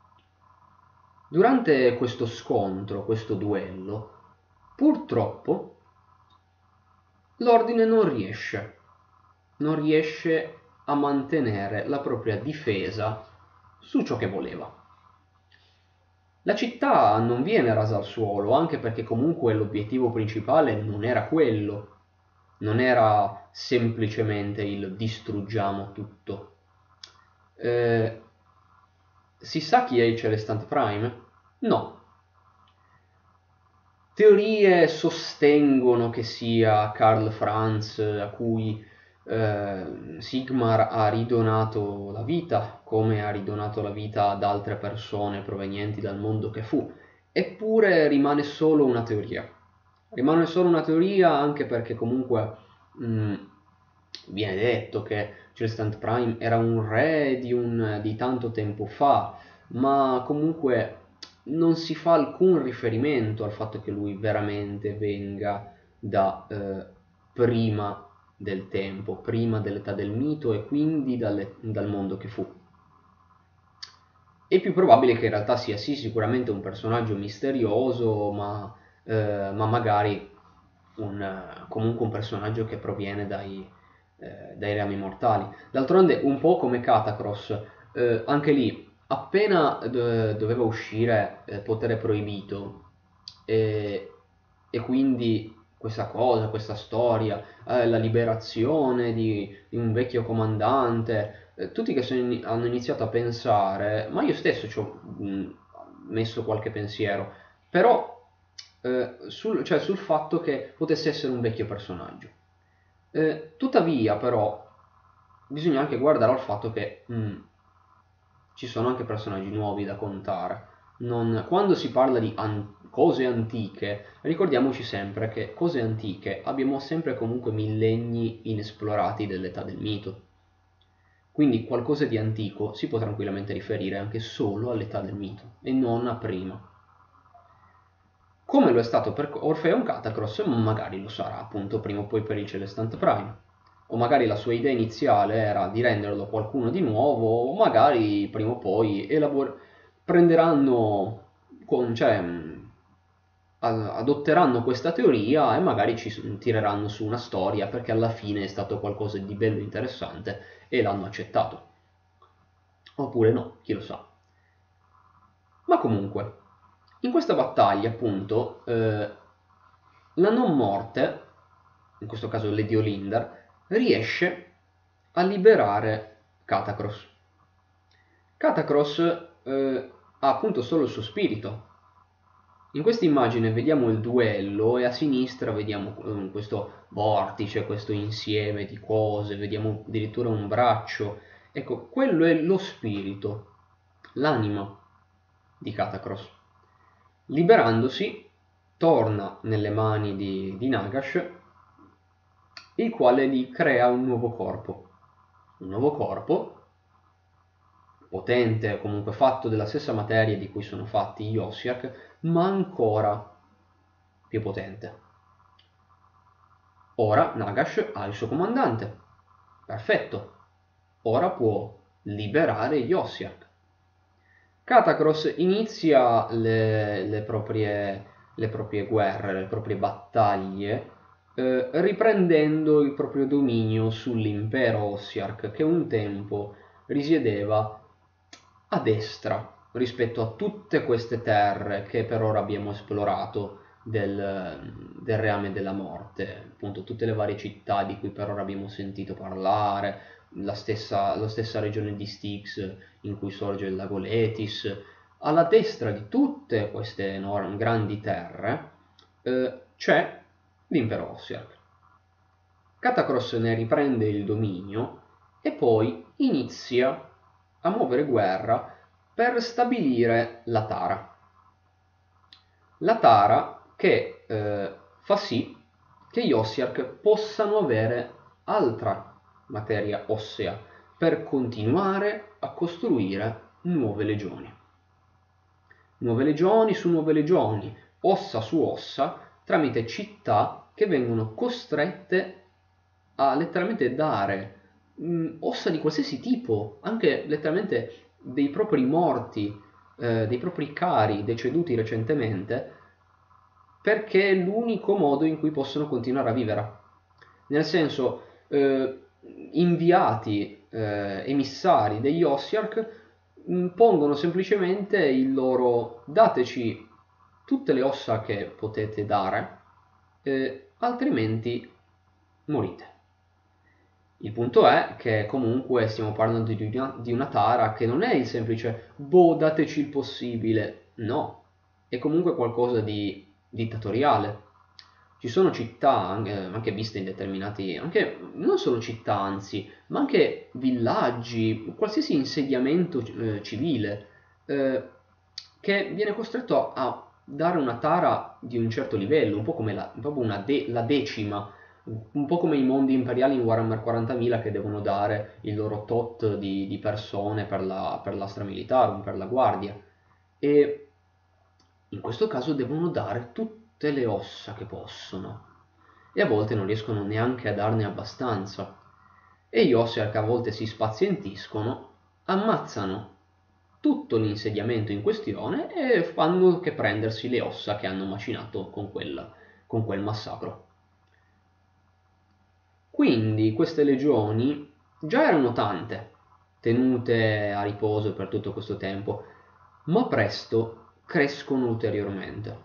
Durante questo scontro, questo duello, purtroppo l'ordine non riesce a mantenere la propria difesa su ciò che voleva. La città non viene rasa al suolo, anche perché comunque l'obiettivo principale non era quello, non era semplicemente il distruggiamo tutto. Si sa chi è il Celestant Prime? No. Teorie sostengono che sia Karl Franz a cui Sigmar ha ridonato la vita, come ha ridonato la vita ad altre persone provenienti dal mondo che fu. Eppure rimane solo una teoria. Rimane solo una teoria anche perché comunque mh, viene detto che Celestant Prime era un re di tanto tempo fa, ma comunque non si fa alcun riferimento al fatto che lui veramente venga da prima del tempo, prima dell'età del mito e quindi dal mondo che fu. È più probabile che in realtà sia sì sicuramente un personaggio misterioso, ma magari comunque un personaggio che proviene dai rami mortali. D'altronde, un po' come Catacross, anche lì, appena doveva uscire Potere Proibito, e, e quindi questa cosa, questa storia, la liberazione di un vecchio comandante, tutti che hanno iniziato a pensare, ma io stesso ci ho messo qualche pensiero, però cioè sul fatto che potesse essere un vecchio personaggio. Tuttavia, però, bisogna anche guardare al fatto che ci sono anche personaggi nuovi da contare. Quando si parla di cose antiche, ricordiamoci sempre che cose antiche abbiamo sempre comunque millenni inesplorati dell'età del mito. Quindi qualcosa di antico si può tranquillamente riferire anche solo all'età del mito e non a prima. Come lo è stato per Orfeon Catacross, magari lo sarà appunto prima o poi per il Celestant Prime. O magari la sua idea iniziale era di renderlo qualcuno di nuovo, o magari prima o poi prenderanno, cioè, adotteranno questa teoria e magari ci tireranno su una storia perché alla fine è stato qualcosa di bello e interessante e l'hanno accettato. Oppure no, chi lo sa. Ma comunque, in questa battaglia, appunto, la non morte, in questo caso Lady Olinda, riesce a liberare Catacross. Catacross ha appunto solo il suo spirito. In questa immagine vediamo il duello e a sinistra vediamo questo vortice, questo insieme di cose, vediamo addirittura un braccio. Ecco, quello è lo spirito, l'anima di Catacross. Liberandosi, torna nelle mani di Nagash, il quale gli crea un nuovo corpo. Un nuovo corpo potente, comunque fatto della stessa materia di cui sono fatti gli Ossiarch, ma ancora più potente. Ora Nagash ha il suo comandante. Perfetto. Ora può liberare gli Ossiarch. Catacross inizia le proprie guerre, le proprie battaglie, riprendendo il proprio dominio sull'impero Ossiarch, che un tempo risiedeva a destra rispetto a tutte queste terre che per ora abbiamo esplorato del reame della morte, appunto tutte le varie città di cui per ora abbiamo sentito parlare, la stessa regione di Styx in cui sorge il lago Letis. Alla destra di tutte queste grandi terre c'è l'impero Ossiarch. Catacross ne riprende il dominio e poi inizia a muovere guerra per stabilire la Tara. La Tara che fa sì che gli Ossiarch possano avere altra materia ossea per continuare a costruire nuove legioni. Nuove legioni su nuove legioni, ossa su ossa, tramite città che vengono costrette a letteralmente dare ossa di qualsiasi tipo, anche letteralmente dei propri morti, dei propri cari deceduti recentemente, perché è l'unico modo in cui possono continuare a vivere. Nel senso, inviati, emissari degli Ossiarch pongono semplicemente il loro dateci tutte le ossa che potete dare, altrimenti morite. Il punto è che comunque stiamo parlando di una tara che non è il semplice boh dateci il possibile, no, è comunque qualcosa di dittatoriale. Ci sono città, anche viste in determinati, anche non solo città anzi, ma anche villaggi, qualsiasi insediamento civile, eh, che viene costretto a dare una tara di un certo livello, un po' come proprio la decima, un po' come i mondi imperiali in Warhammer 40.000 che devono dare il loro tot di persone per l'astra militare, per la guardia. E in questo caso devono dare tutte le ossa che possono. E a volte non riescono neanche a darne abbastanza. E gli Ossiarch a volte si spazientiscono, ammazzano tutto l'insediamento in questione e fanno che prendersi le ossa che hanno macinato con quel massacro. Quindi queste legioni già erano tante, tenute a riposo per tutto questo tempo, ma presto crescono ulteriormente.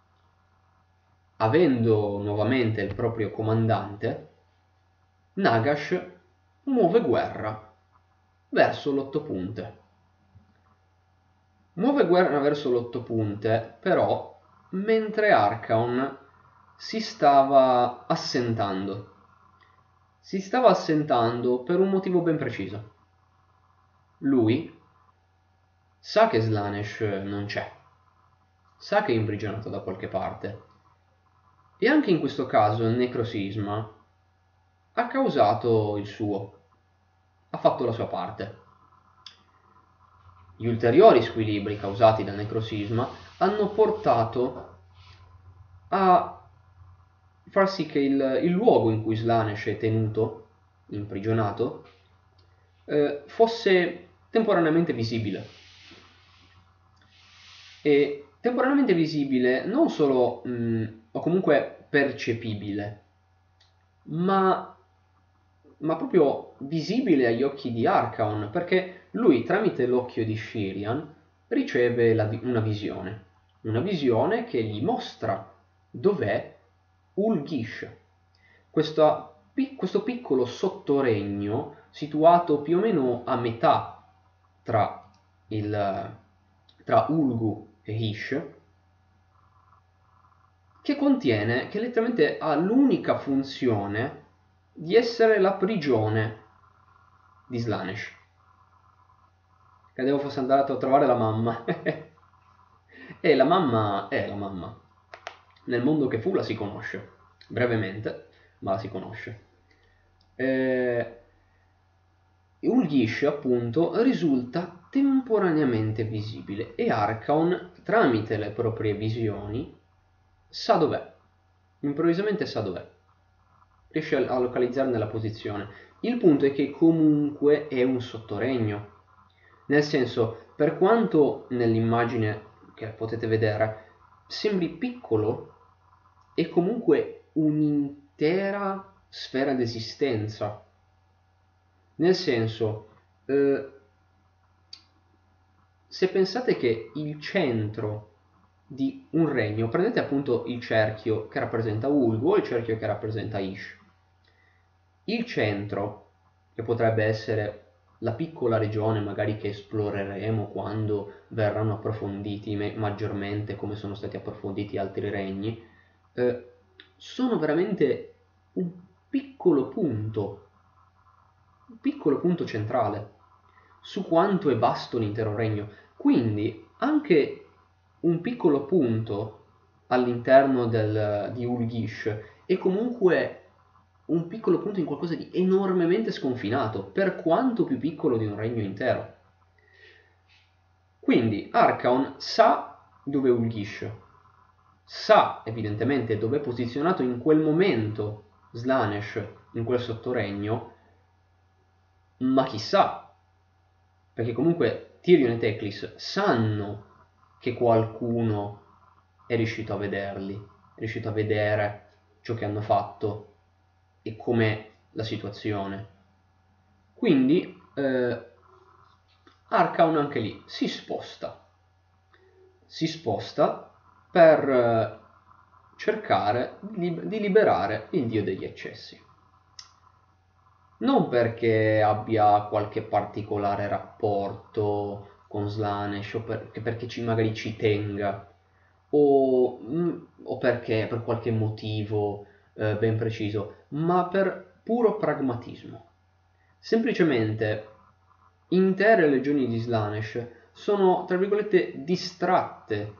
Avendo nuovamente il proprio comandante, Nagash muove guerra verso l'Ottopunte. Muove guerra verso l'Ottopunte, però, mentre Archaon si stava assentando. Si stava assentando per un motivo ben preciso. Lui sa che Slaanesh non c'è, sa che è imprigionato da qualche parte, e anche in questo caso il necrosisma ha causato il suo, ha fatto la sua parte. Gli ulteriori squilibri causati dal necrosisma hanno portato a far sì che il luogo in cui Slaanesh è tenuto, imprigionato, fosse temporaneamente visibile. E temporaneamente visibile non solo, o comunque percepibile, ma proprio visibile agli occhi di Archaon, perché lui tramite l'occhio di Shirian riceve una visione che gli mostra dov'è Ulgish, questo piccolo sottoregno situato più o meno a metà tra, tra Ulgu e Ish, che letteralmente ha l'unica funzione di essere la prigione di Slaanesh. Credevo fosse andato a trovare la mamma. E la mamma è la mamma. Nel mondo che fu la si conosce, brevemente, ma la si conosce. Ulgish appunto risulta temporaneamente visibile e Archaon, tramite le proprie visioni, sa dov'è. Improvvisamente sa dov'è. Riesce a localizzarne la posizione. Il punto è che comunque è un sottoregno. Nel senso, per quanto nell'immagine che potete vedere sembri piccolo, è comunque un'intera sfera d'esistenza. Nel senso, se pensate che il centro di un regno, prendete appunto il cerchio che rappresenta Ulgu o il cerchio che rappresenta Ish. Il centro, che potrebbe essere la piccola regione magari che esploreremo quando verranno approfonditi maggiormente come sono stati approfonditi altri regni, sono veramente un piccolo punto centrale su quanto è vasto l'intero regno. Quindi anche un piccolo punto all'interno di Ulgish è comunque un piccolo punto in qualcosa di enormemente sconfinato, per quanto più piccolo di un regno intero. Quindi Archaon sa dove è Ulgish, sa evidentemente dove è posizionato in quel momento Slaanesh in quel sottoregno, ma chissà, perché comunque Tyrion e Teclis sanno che qualcuno è riuscito a vederli, è riuscito a vedere ciò che hanno fatto e com'è la situazione. Quindi Archaon anche lì si sposta per cercare di liberare il dio degli eccessi. Non perché abbia qualche particolare rapporto con Slaanesh o perché magari ci tenga, o perché, per qualche motivo ben preciso, ma per puro pragmatismo. Semplicemente intere legioni di Slanesh sono, tra virgolette, distratte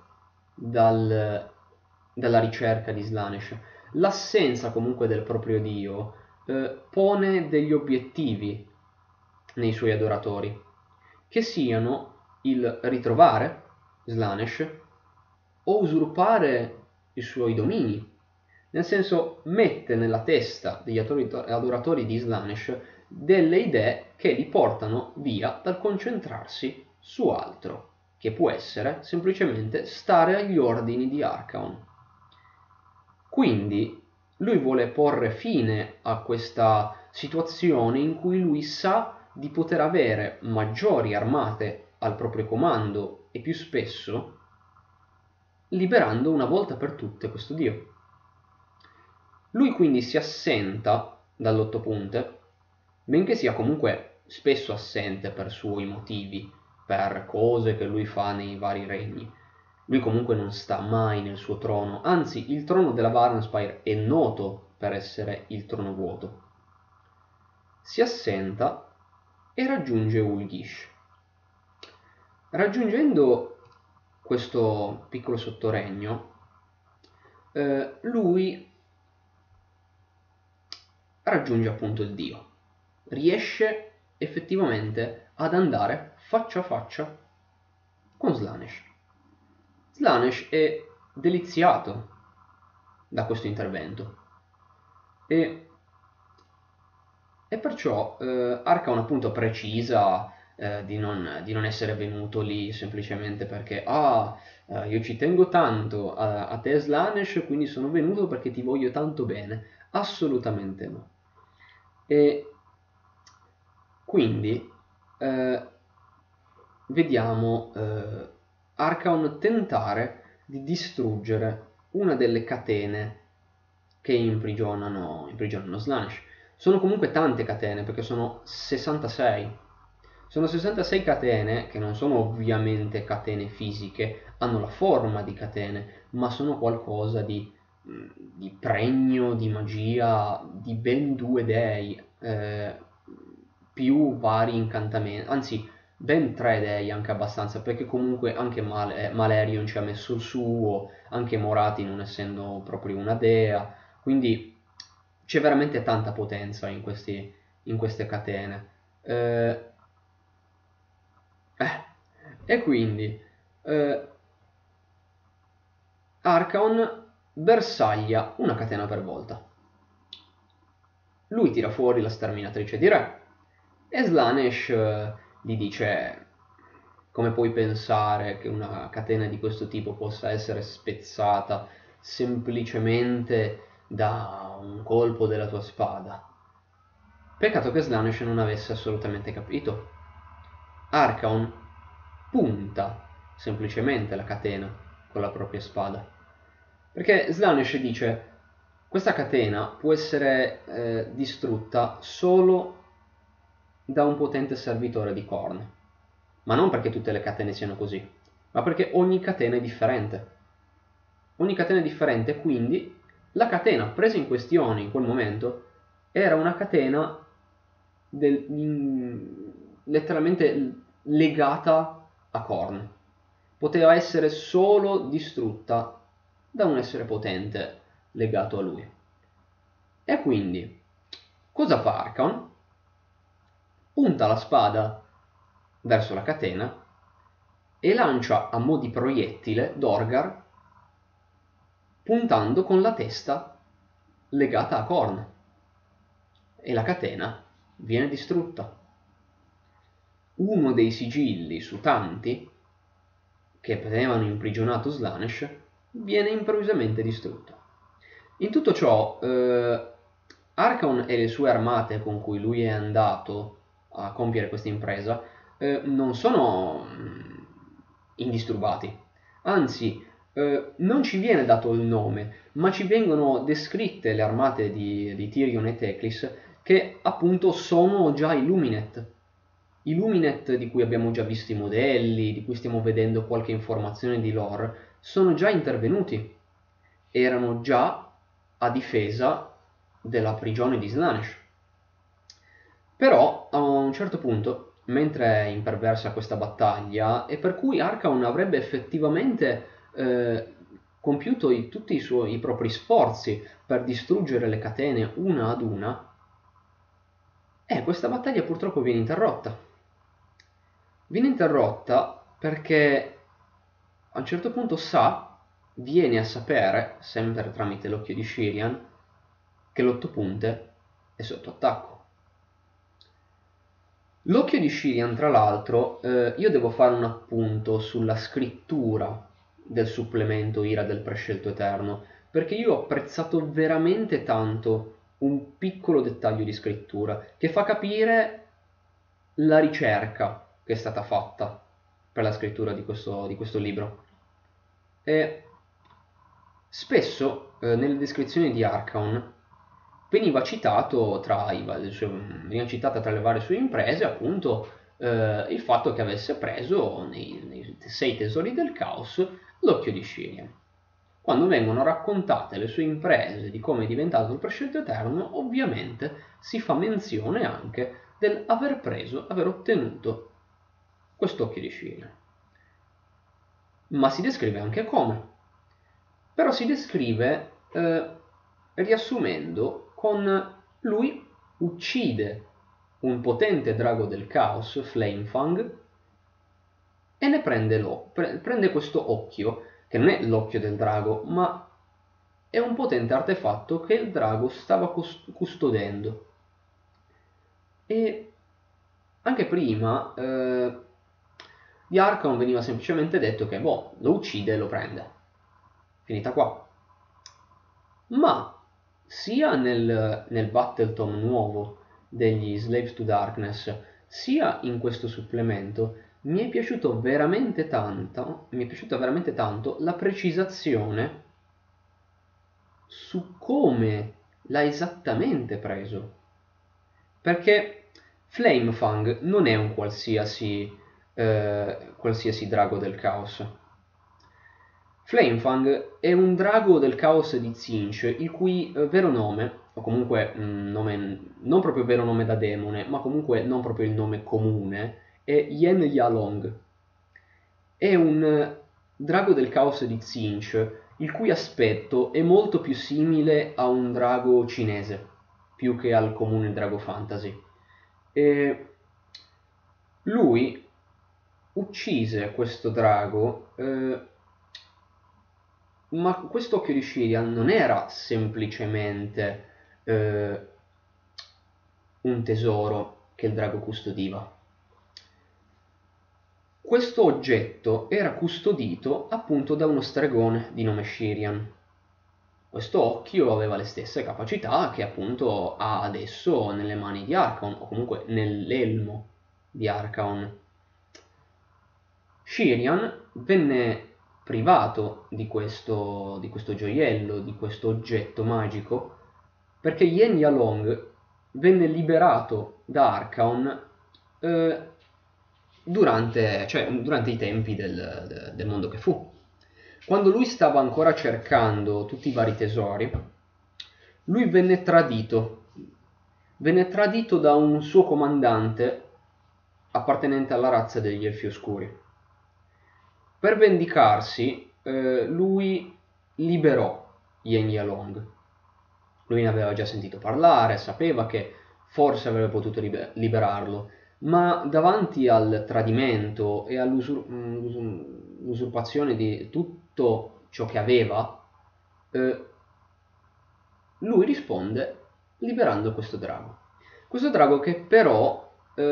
dalla ricerca di Slanesh. L'assenza comunque del proprio dio pone degli obiettivi nei suoi adoratori, che siano il ritrovare Slanesh o usurpare i suoi domini. Nel senso, mette nella testa degli adoratori di Slanesh delle idee che li portano via dal concentrarsi su altro, che può essere semplicemente stare agli ordini di Archaon. Quindi lui vuole porre fine a questa situazione in cui lui sa di poter avere maggiori armate al proprio comando e più spesso, liberando una volta per tutte questo dio. Lui quindi si assenta dall'otto punte, benché sia comunque spesso assente per suoi motivi, per cose che lui fa nei vari regni. Lui comunque non sta mai nel suo trono, anzi il trono della Varnaspire è noto per essere il trono vuoto. Si assenta e raggiunge Ulgish. Raggiungendo questo piccolo sottoregno, lui raggiunge appunto il dio. Riesce effettivamente ad andare faccia a faccia con Slanesh. Slanesh è deliziato da questo intervento e perciò Archaon appunto precisa di non essere venuto lì semplicemente perché io ci tengo tanto a te Slanesh, quindi sono venuto perché ti voglio tanto bene. Assolutamente no. E quindi vediamo Archaon tentare di distruggere una delle catene che imprigionano Slanesh. Sono comunque tante catene, perché sono 66. Sono 66 catene, che non sono ovviamente catene fisiche, hanno la forma di catene, ma sono qualcosa di pregno, di magia, di ben 2 dei, più vari incantamenti, anzi ben 3 dei anche abbastanza, perché comunque anche Malerion ci ha messo il suo, anche Morathi non essendo proprio una dea, quindi c'è veramente tanta potenza in queste catene. E quindi Archaon bersaglia una catena per volta. Lui tira fuori la sterminatrice di re e Slanesh gli dice: come puoi pensare che una catena di questo tipo possa essere spezzata semplicemente da un colpo della tua spada? Peccato che Slanesh non avesse assolutamente capito. Archaon punta semplicemente la catena con la propria spada, perché Slanesh dice: questa catena può essere distrutta solo da un potente servitore di Khorne, ma non perché tutte le catene siano così, ma perché ogni catena è differente. Ogni catena è differente, quindi la catena presa in questione in quel momento era una catena letteralmente legata a Khorne. Poteva essere solo distrutta da un essere potente legato a lui. E quindi cosa fa Archaon? Punta la spada verso la catena e lancia a mo' di proiettile Dorgar, puntando con la testa legata a Khorne, e la catena viene distrutta. Uno dei sigilli su tanti che avevano imprigionato Slanesh viene improvvisamente distrutto. In tutto ciò Archaon e le sue armate con cui lui è andato a compiere questa impresa non sono indisturbati, anzi non ci viene dato il nome, ma ci vengono descritte le armate di Tyrion e Teclis, che appunto sono già Illuminate. I Luminet di cui abbiamo già visto i modelli, di cui stiamo vedendo qualche informazione di lore, sono già intervenuti. Erano già a difesa della prigione di Slaanesh. Però a un certo punto, mentre imperversa questa battaglia, e per cui Archaon avrebbe effettivamente compiuto tutti i propri sforzi per distruggere le catene una ad una, questa battaglia purtroppo viene interrotta. Viene interrotta perché a un certo punto viene a sapere, sempre tramite l'occhio di Shirian, che l'Ottopunte è sotto attacco. L'occhio di Shirian, tra l'altro, io devo fare un appunto sulla scrittura del supplemento Ira del Prescelto Eterno, perché io ho apprezzato veramente tanto un piccolo dettaglio di scrittura che fa capire la ricerca che è stata fatta per la scrittura di questo libro. E spesso nelle descrizioni di Archaon veniva citato veniva citata tra le varie sue imprese appunto il fatto che avesse preso nei 6 tesori del caos l'occhio di Shirian. Quando vengono raccontate le sue imprese di come è diventato il Prescelto Eterno, ovviamente si fa menzione anche aver ottenuto quest'occhio di Shirian. Ma si descrive anche come. Però si descrive riassumendo con lui uccide un potente drago del caos, Flamefang, e ne prende questo occhio, che non è l'occhio del drago, ma è un potente artefatto che il drago stava custodendo. E anche prima di Archaon veniva semplicemente detto che lo uccide e lo prende. Finita qua. Ma sia nel Battletome nuovo degli Slaves to Darkness, sia in questo supplemento, mi è piaciuta veramente tanto la precisazione su come l'ha esattamente preso. Perché Flamefang non è un qualsiasi drago del caos. Flamefang è un drago del caos di Tzeentch, il cui vero nome, o comunque nome, non proprio vero nome da demone, ma comunque non proprio il nome comune, è Yen Yalong. È un drago del caos di Tzeentch, il cui aspetto è molto più simile a un drago cinese, più che al comune drago fantasy. E lui uccise questo drago, ma questo occhio di Shirian non era semplicemente un tesoro che il drago custodiva. Questo oggetto era custodito appunto da uno stregone di nome Shirian. Questo occhio aveva le stesse capacità che appunto ha adesso nelle mani di Archaon, o comunque nell'elmo di Archaon. Shirian venne privato di questo gioiello, di questo oggetto magico, perché Yen Yalong venne liberato da Archaon durante i tempi del mondo che fu. Quando lui stava ancora cercando tutti i vari tesori, lui venne tradito da un suo comandante appartenente alla razza degli Elfi Oscuri. Per vendicarsi, lui liberò Yen Yalong. Lui ne aveva già sentito parlare, sapeva che forse avrebbe potuto liberarlo, ma davanti al tradimento e all'usurpazione di tutto ciò che aveva, lui risponde liberando questo drago. Questo drago che però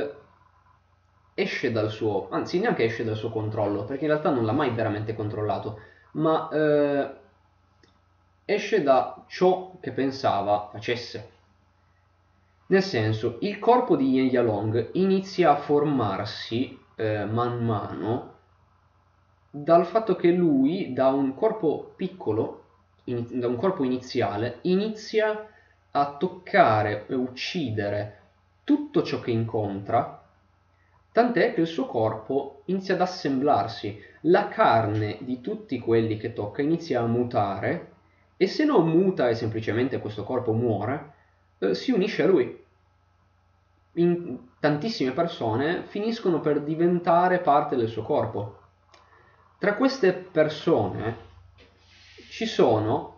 esce dal suo, anzi neanche esce dal suo controllo, perché in realtà non l'ha mai veramente controllato, ma esce da ciò che pensava facesse. Nel senso, il corpo di Yen Yalong inizia a formarsi man mano dal fatto che lui, da un corpo piccolo, da un corpo iniziale, inizia a toccare e uccidere tutto ciò che incontra, tant'è che il suo corpo inizia ad assemblarsi, la carne di tutti quelli che tocca inizia a mutare, e se non muta e semplicemente questo corpo muore, si unisce a lui. Tantissime persone finiscono per diventare parte del suo corpo. Tra queste persone ci sono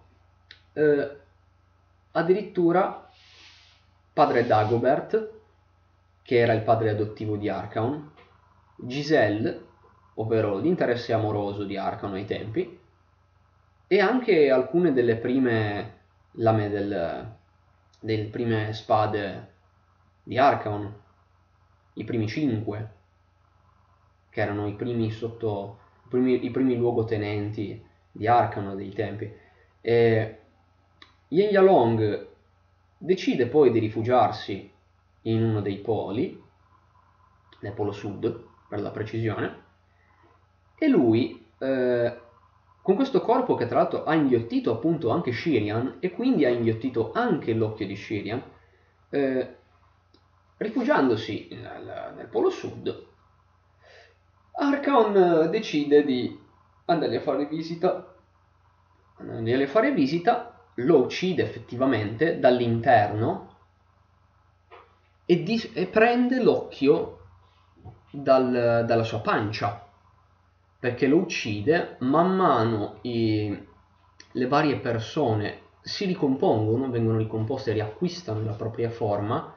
addirittura padre Dagobert, che era il padre adottivo di Archaon, Giselle, ovvero l'interesse amoroso di Archaon ai tempi, e anche alcune delle prime lame delle prime spade di Archaon, i primi 5, che erano i primi luogotenenti di Archaon dei tempi. E Yen Yalong decide poi di rifugiarsi in uno dei poli, nel polo sud per la precisione, e lui con questo corpo che tra l'altro ha inghiottito appunto anche Shirian e quindi ha inghiottito anche l'occhio di Shirian, rifugiandosi nel polo sud, Archaon decide di andargli a fare visita, lo uccide effettivamente dall'interno e prende l'occhio dalla sua pancia, perché lo uccide man mano le varie persone si ricompongono, vengono ricomposte e riacquistano la propria forma,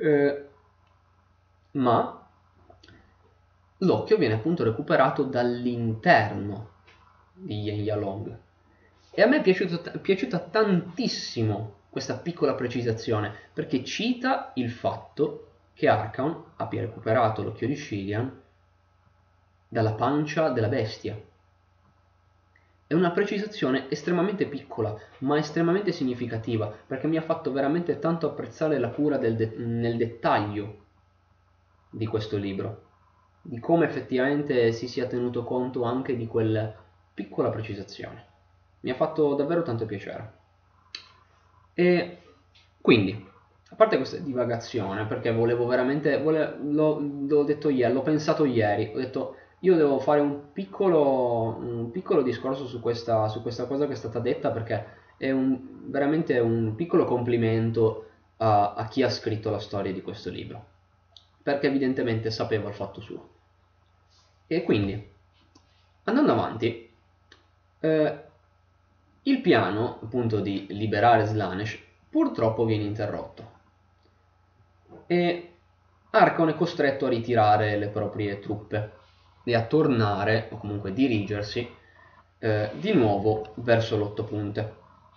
ma l'occhio viene appunto recuperato dall'interno di Yen Yalong. E a me è piaciuta tantissimo questa piccola precisazione, perché cita il fatto che Archaon abbia recuperato l'occhio di Shirian dalla pancia della bestia. È una precisazione estremamente piccola, ma estremamente significativa, perché mi ha fatto veramente tanto apprezzare la cura nel dettaglio di questo libro, di come effettivamente si sia tenuto conto anche di quella piccola precisazione. Mi ha fatto davvero tanto piacere. E quindi, a parte questa divagazione, perché volevo veramente, l'ho detto ieri, l'ho pensato ieri, ho detto io devo fare un piccolo discorso su questa cosa che è stata detta, perché è veramente un piccolo complimento a chi ha scritto la storia di questo libro, perché evidentemente sapeva il fatto suo. E quindi, andando avanti, il piano appunto di liberare Slaanesh purtroppo viene interrotto e Archaon è costretto a ritirare le proprie truppe e a tornare, o comunque dirigersi, di nuovo verso l'Ottopunte.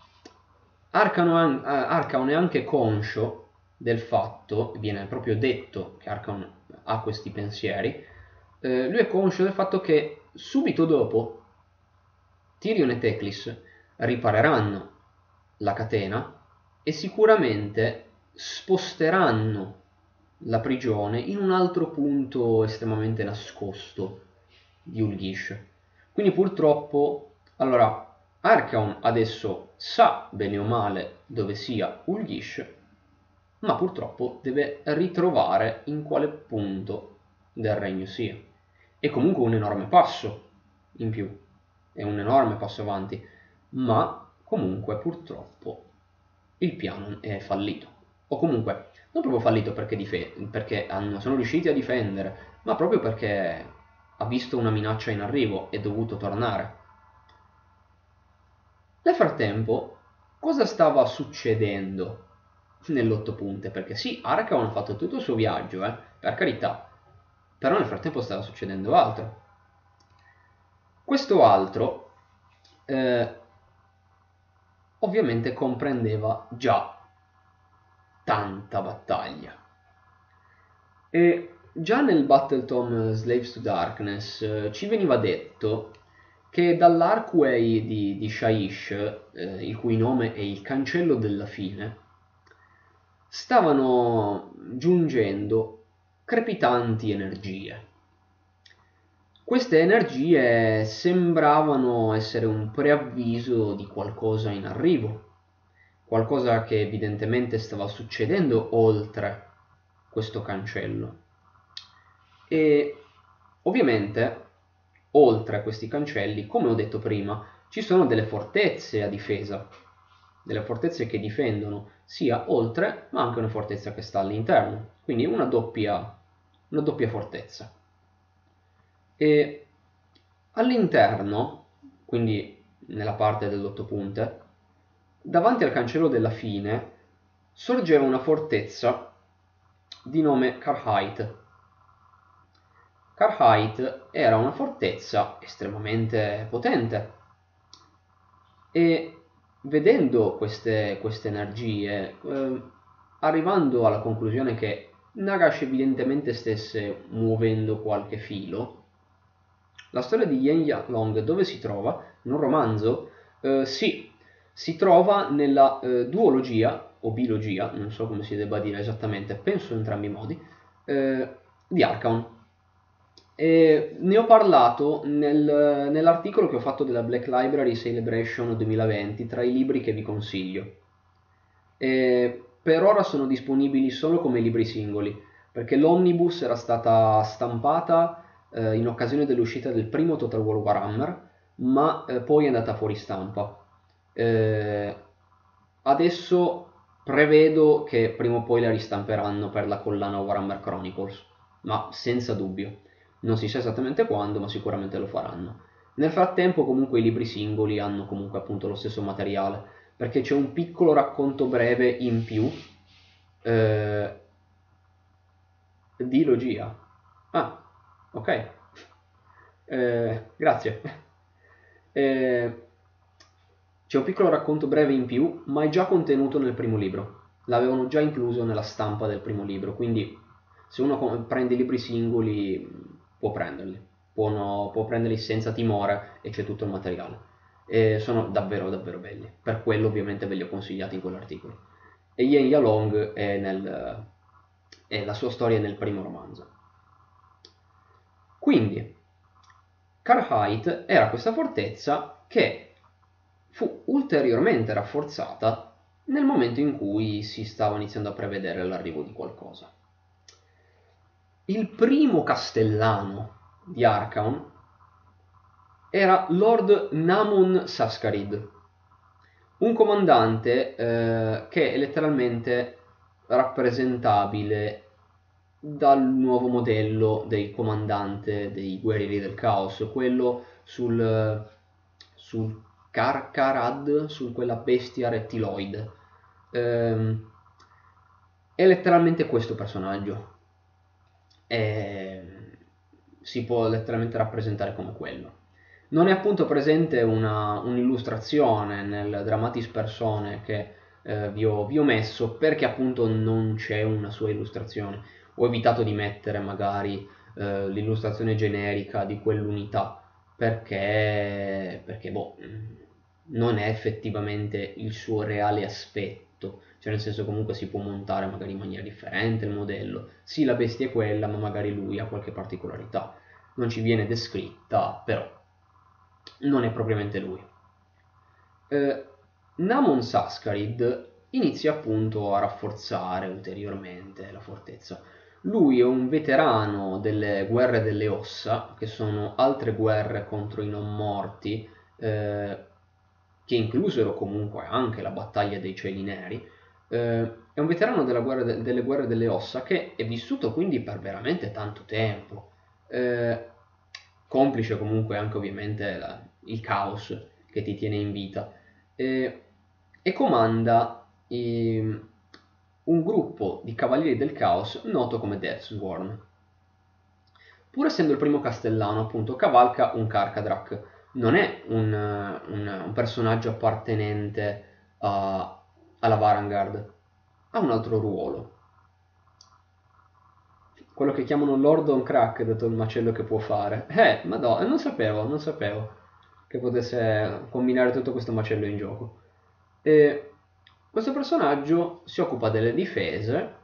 Archaon è anche conscio del fatto, viene proprio detto che Archaon ha questi pensieri, lui è conscio del fatto che subito dopo Tyrion e Teclis ripareranno la catena e sicuramente sposteranno la prigione in un altro punto estremamente nascosto di Ulgish. Quindi purtroppo, allora, Archaon adesso sa bene o male dove sia Ulgish, ma purtroppo deve ritrovare in quale punto del regno sia. È comunque un enorme passo in più, è un enorme passo avanti, ma comunque purtroppo il piano è fallito. O comunque, non proprio fallito perché sono riusciti a difendere, ma proprio perché ha visto una minaccia in arrivo e è dovuto tornare. Nel frattempo, cosa stava succedendo nell'Ottopunte? Perché sì, Archaon ha fatto tutto il suo viaggio, per carità, però nel frattempo stava succedendo altro. Questo altro ovviamente comprendeva già tanta battaglia. E già nel Battletome Slaves to Darkness ci veniva detto che dall'Archway di Shaish, il cui nome è il cancello della fine, stavano giungendo crepitanti energie. Queste energie sembravano essere un preavviso di qualcosa in arrivo, qualcosa che evidentemente stava succedendo oltre questo cancello. E ovviamente, oltre a questi cancelli, come ho detto prima, ci sono delle fortezze a difesa, delle fortezze che difendono sia oltre, ma anche una fortezza che sta all'interno, quindi una doppia fortezza. E all'interno, quindi nella parte dell'otto punte, davanti al cancello della fine, sorgeva una fortezza di nome Karhait. Karhait era una fortezza estremamente potente e vedendo queste energie, arrivando alla conclusione che Nagash evidentemente stesse muovendo qualche filo, la storia di Yen Yalong dove si trova? In un romanzo? Sì, si trova nella duologia o bilogia, non so come si debba dire esattamente, penso in entrambi i modi, di Archaon. E ne ho parlato nell'articolo che ho fatto della Black Library Celebration 2020 tra i libri che vi consiglio. E per ora sono disponibili solo come libri singoli, perché l'omnibus era stata stampata in occasione dell'uscita del primo Total War Warhammer, ma poi è andata fuori stampa. Eh, Adesso prevedo che prima o poi la ristamperanno per la collana Warhammer Chronicles, ma senza dubbio. Non si sa esattamente quando, ma sicuramente lo faranno. Nel frattempo comunque i libri singoli hanno comunque appunto lo stesso materiale, perché c'è un piccolo racconto breve in più eh, di Logia. Ah, ok. Grazie. Eh, C'è un piccolo racconto breve in più, ma è già contenuto nel primo libro. L'avevano già incluso nella stampa del primo libro, quindi se uno prende i libri singoli può prenderli, può prenderli senza timore e c'è tutto il materiale. E sono davvero davvero belli, per quello ovviamente ve li ho consigliati in quell'articolo. E Yen Yalong è la sua storia nel primo romanzo. Quindi, Karhait era questa fortezza che fu ulteriormente rafforzata nel momento in cui si stava iniziando a prevedere l'arrivo di qualcosa. Il primo castellano di Archaon era Lord Namon Saskarid, un comandante che è letteralmente rappresentabile dal nuovo modello del comandante dei guerrieri del caos, quello sul Karkarad, su quella bestia rettiloide. È letteralmente questo personaggio. E si può letteralmente rappresentare come quello. Non è appunto presente un'illustrazione nel Dramatis Personae che vi ho messo perché appunto non c'è una sua illustrazione. Ho evitato di mettere magari l'illustrazione generica di quell'unità perché boh, non è effettivamente il suo reale aspetto, cioè nel senso comunque si può montare magari in maniera differente il modello, sì la bestia è quella ma magari lui ha qualche particolarità, non ci viene descritta però non è propriamente lui. Namon Saskarid inizia appunto a rafforzare ulteriormente la fortezza. Lui è un veterano delle guerre delle ossa, che sono altre guerre contro i non morti, che inclusero comunque anche la battaglia dei cieli neri. È un veterano delle guerre delle ossa che è vissuto quindi per veramente tanto tempo, complice comunque anche ovviamente il caos che ti tiene in vita, e comanda un gruppo di cavalieri del caos noto come Deathsworn. Pur essendo il primo castellano, appunto, cavalca un Karkadrak. Non è un personaggio appartenente alla Varangard, ha un altro ruolo. Quello che chiamano Lord on Crack, dato il macello che può fare. Madonna, non sapevo che potesse combinare tutto questo macello in gioco. E questo personaggio si occupa delle difese,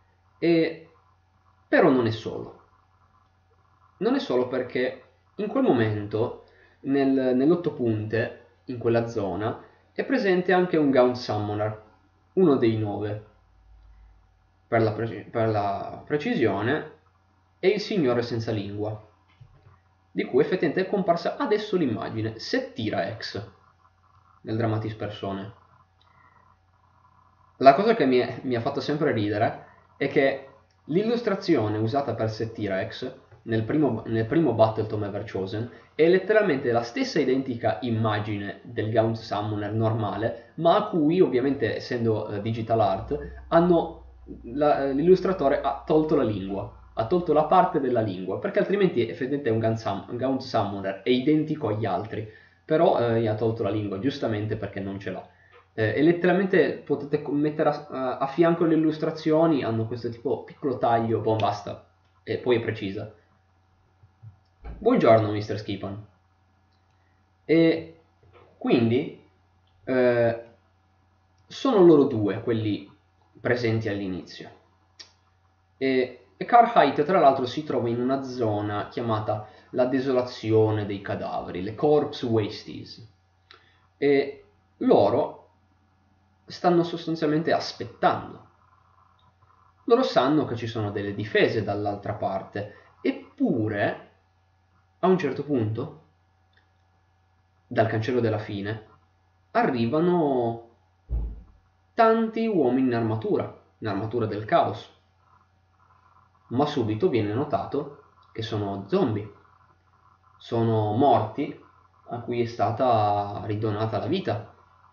però non è solo. Non è solo perché in quel momento, nell'otto punte, in quella zona, è presente anche un Gaunt Summoner, uno dei 9. Per la precisione, e il Signore senza lingua, di cui effettivamente è comparsa adesso l'immagine, Settira X, nel Dramatis Personae. La cosa che mi ha fatto sempre ridere è che l'illustrazione usata per Settira X nel primo Battletome Ever Chosen è letteralmente la stessa identica immagine del Gaunt Summoner normale, ma a cui ovviamente, essendo digital art, l'illustratore ha tolto la lingua, ha tolto la parte della lingua, perché altrimenti effettivamente è un Gaunt Summoner, è identico agli altri, però gli ha tolto la lingua, giustamente perché non ce l'ha. E letteralmente potete mettere a fianco le illustrazioni, hanno questo tipo piccolo taglio, boh, basta, e poi è precisa. Buongiorno Mr. Skipan. E quindi sono loro due quelli presenti all'inizio. E Cartwright tra l'altro si trova in una zona chiamata la desolazione dei cadaveri, le Corpse Wastes, e loro stanno sostanzialmente aspettando. Loro sanno che ci sono delle difese dall'altra parte, eppure a un certo punto, dal cancello della fine, arrivano tanti uomini in armatura del caos, ma subito viene notato che sono zombie, sono morti a cui è stata ridonata la vita.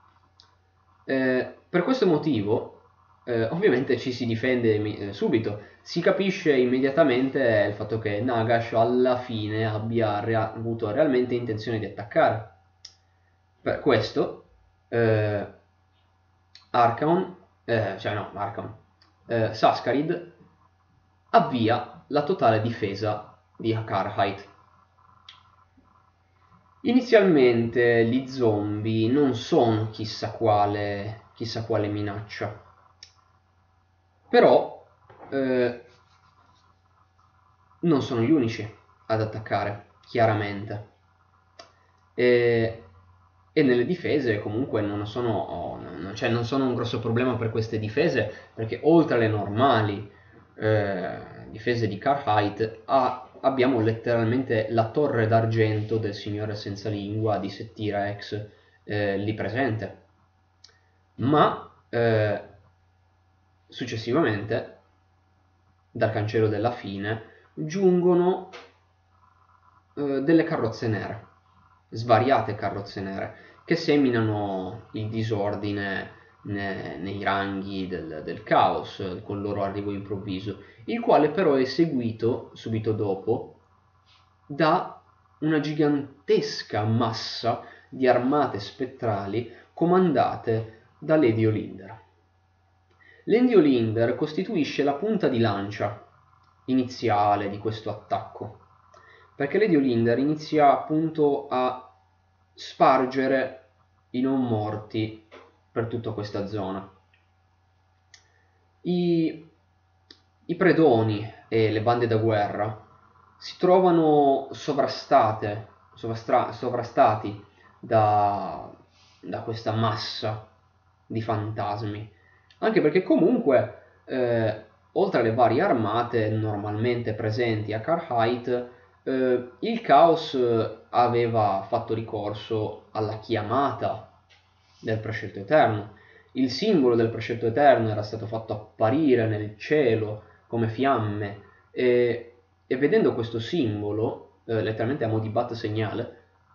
Per questo motivo ovviamente ci si difende subito, si capisce immediatamente il fatto che Nagash alla fine abbia avuto realmente intenzione di attaccare. Per questo Sascarid avvia la totale difesa di Karhait. Inizialmente gli zombie non sono chissà quale minaccia, però non sono gli unici ad attaccare, chiaramente. E nelle difese comunque non sono un grosso problema per queste difese, perché oltre alle normali difese di Karhait abbiamo letteralmente la torre d'argento del Signore senza lingua di Settira X lì presente. Ma successivamente, dal cancello della fine, giungono delle carrozze nere, svariate carrozze nere, che seminano il disordine nei ranghi del caos con il loro arrivo improvviso, il quale però è seguito subito dopo da una gigantesca massa di armate spettrali comandate da Lady Olinder. Lady Olinder costituisce la punta di lancia iniziale di questo attacco, perché Lady Olinder inizia appunto a spargere i non morti per tutta questa zona. I predoni e le bande da guerra si trovano sovrastati da questa massa di fantasmi, anche perché comunque oltre alle varie armate normalmente presenti a Karhait, il caos aveva fatto ricorso alla chiamata del prescelto eterno. Il simbolo del prescelto eterno era stato fatto apparire nel cielo come fiamme, e vedendo questo simbolo, letteralmente a mo' di bat segnale,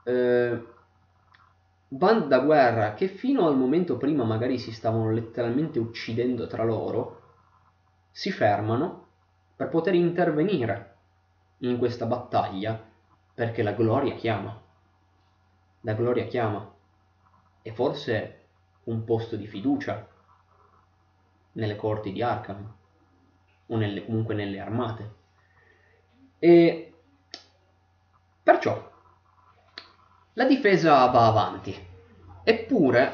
bande da guerra che fino al momento prima magari si stavano letteralmente uccidendo tra loro, si fermano per poter intervenire in questa battaglia, perché la gloria chiama. La gloria chiama. E forse un posto di fiducia nelle corti di Arkham, o comunque nelle armate. E perciò la difesa va avanti, eppure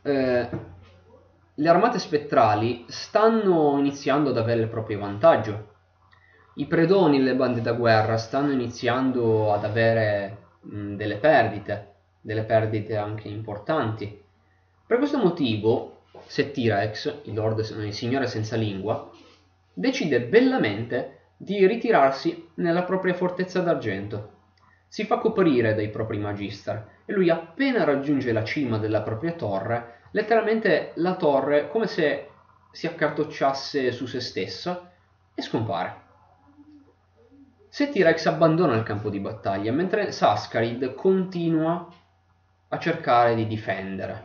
le armate spettrali stanno iniziando ad avere il proprio vantaggio. I predoni e le bande da guerra stanno iniziando ad avere delle perdite anche importanti. Per questo motivo Settira X, il Signore senza lingua, decide bellamente di ritirarsi nella propria fortezza d'argento. Si fa coprire dai propri magister e lui appena raggiunge la cima della propria torre, letteralmente la torre come se si accartocciasse su se stessa e scompare. T-Rex abbandona il campo di battaglia mentre Sascarid continua a cercare di difendere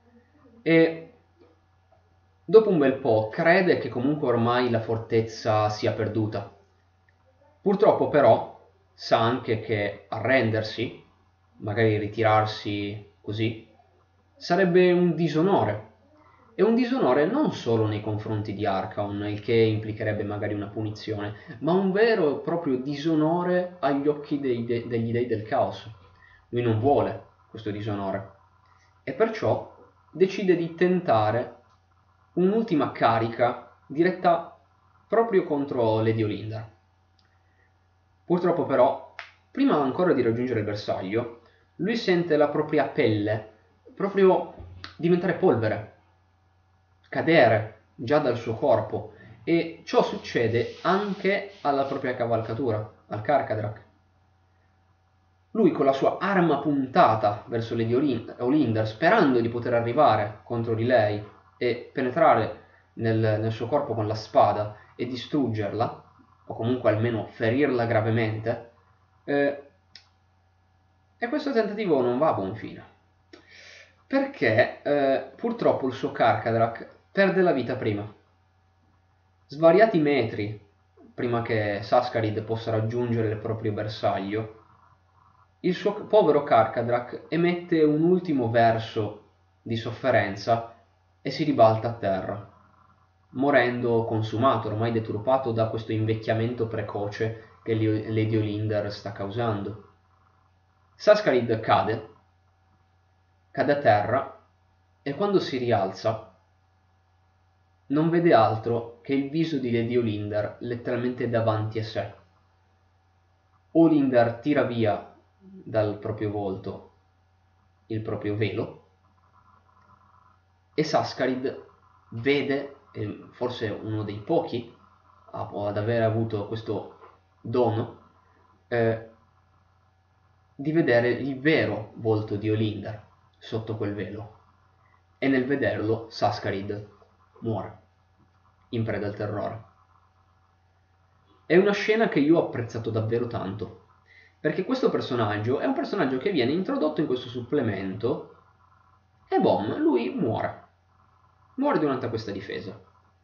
e dopo un bel po' crede che comunque ormai la fortezza sia perduta. Purtroppo però sa anche che arrendersi, magari ritirarsi così, sarebbe un disonore. E un disonore non solo nei confronti di Archaon, il che implicherebbe magari una punizione, ma un vero e proprio disonore agli occhi degli dei del caos. Lui non vuole questo disonore e perciò decide di tentare un'ultima carica diretta proprio contro Lady Olinda. Purtroppo però, prima ancora di raggiungere il bersaglio, lui sente la propria pelle proprio diventare polvere, cadere già dal suo corpo, e ciò succede anche alla propria cavalcatura, al Carcadrak. Lui con la sua arma puntata verso Lady Olinder, sperando di poter arrivare contro di lei e penetrare nel suo corpo con la spada e distruggerla, o comunque almeno ferirla gravemente, e questo tentativo non va a buon fine, perché purtroppo il suo Carcadrak perde la vita prima. Svariati metri prima che Sascarid possa raggiungere il proprio bersaglio, il suo povero Carcadrak emette un ultimo verso di sofferenza e si ribalta a terra, morendo consumato, ormai deturpato da questo invecchiamento precoce che Lady Olinder sta causando. Sascarid cade a terra e quando si rialza non vede altro che il viso di Lady Olinder letteralmente davanti a sé. Olinder tira via dal proprio volto il proprio velo e Sascarid vede, forse uno dei pochi ad aver avuto questo dono, di vedere il vero volto di Olinder sotto quel velo, e nel vederlo Sascarid muore in preda al terrore. È una scena che io ho apprezzato davvero tanto, perché questo personaggio è un personaggio che viene introdotto in questo supplemento e boom, lui muore durante questa difesa.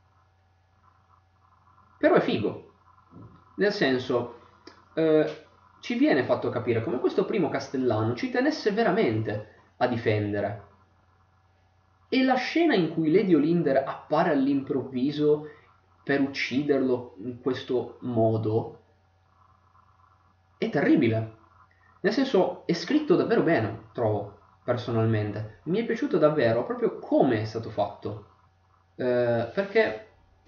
Però è figo, nel senso, ci viene fatto capire come questo primo castellano ci tenesse veramente a difendere. E la scena in cui Lady Olinder appare all'improvviso per ucciderlo in questo modo è terribile. Nel senso, è scritto davvero bene, trovo, personalmente. Mi è piaciuto davvero proprio come è stato fatto. Perché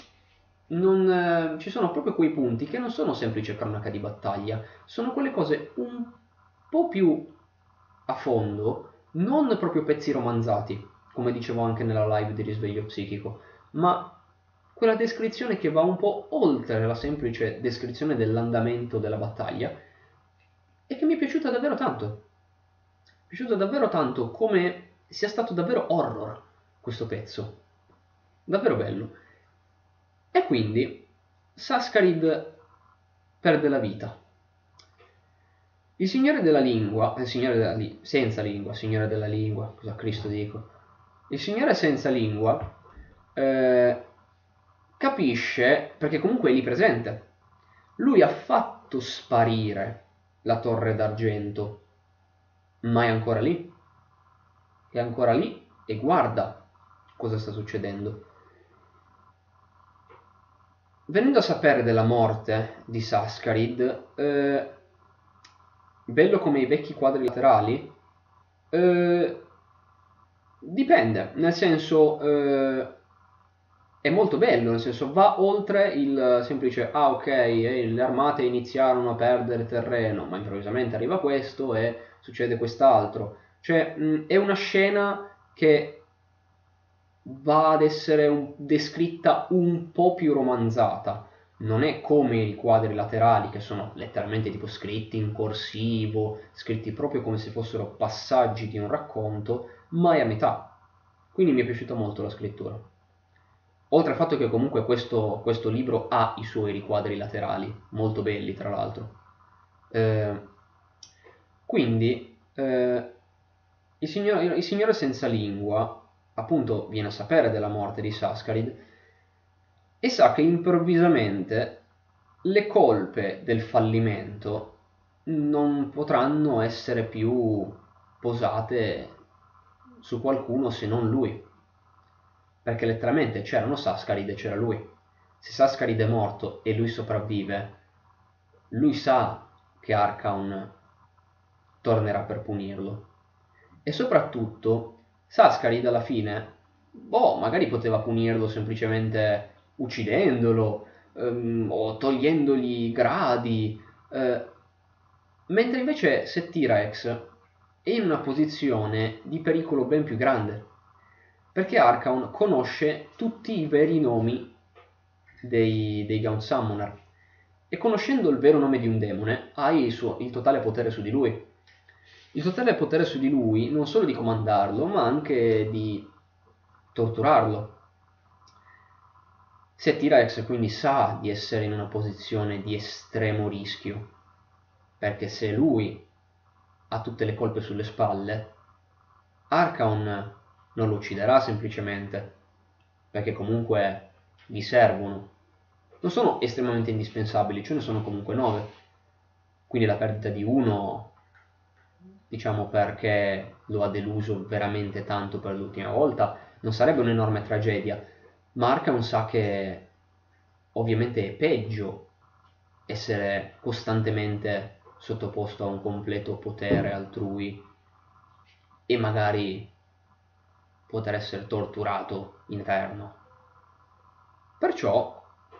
ci sono proprio quei punti che non sono semplice cronaca di battaglia, sono quelle cose un po' più a fondo, non proprio pezzi romanzati, come dicevo anche nella live di Risveglio Psichico, ma quella descrizione che va un po' oltre la semplice descrizione dell'andamento della battaglia e che mi è piaciuta davvero tanto. Mi è piaciuto davvero tanto come sia stato davvero horror questo pezzo. Davvero bello. E quindi Sascarid perde la vita. Il Signore della Lingua, senza lingua, Signore della Lingua, cosa Cristo dico? Il Signore senza lingua capisce, perché comunque è lì presente, lui ha fatto sparire la torre d'argento, ma è ancora lì. È ancora lì e guarda cosa sta succedendo. Venendo a sapere della morte di Sascarid, bello come i vecchi quadri laterali, dipende, nel senso è molto bello, nel senso va oltre il semplice ok, le armate iniziarono a perdere terreno, ma improvvisamente arriva questo e succede quest'altro. Cioè è una scena che va ad essere descritta un po' più romanzata, non è come i riquadri laterali che sono letteralmente tipo scritti in corsivo, scritti proprio come se fossero passaggi di un racconto, ma è a metà. Quindi mi è piaciuta molto la scrittura. Oltre al fatto che comunque questo libro ha i suoi riquadri laterali, molto belli tra l'altro. Eh, quindi il Signore senza lingua appunto viene a sapere della morte di Sascarid e sa che improvvisamente le colpe del fallimento non potranno essere più posate su qualcuno se non lui, perché letteralmente c'erano Sascarid e c'era lui. Se Sascarid è morto e lui sopravvive, lui sa che Arcaon tornerà per punirlo. E soprattutto, Sascarid alla fine, boh, magari poteva punirlo semplicemente uccidendolo, o togliendogli gradi, mentre invece Settiraex è in una posizione di pericolo ben più grande, perché Arcaon conosce tutti i veri nomi dei Gaunt Summoner, e conoscendo il vero nome di un demone hai il totale potere su di lui. Il totale potere su di lui non solo di comandarlo, ma anche di torturarlo. Se T-Rex quindi sa di essere in una posizione di estremo rischio, perché se lui ha tutte le colpe sulle spalle, Arcaon non lo ucciderà semplicemente, perché comunque gli servono. Non sono estremamente indispensabili, ce ne sono comunque 9. Quindi la perdita di uno, diciamo perché lo ha deluso veramente tanto per l'ultima volta, non sarebbe un'enorme tragedia, ma Arcaon sa che ovviamente è peggio essere costantemente sottoposto a un completo potere altrui e magari poter essere torturato interno. Perciò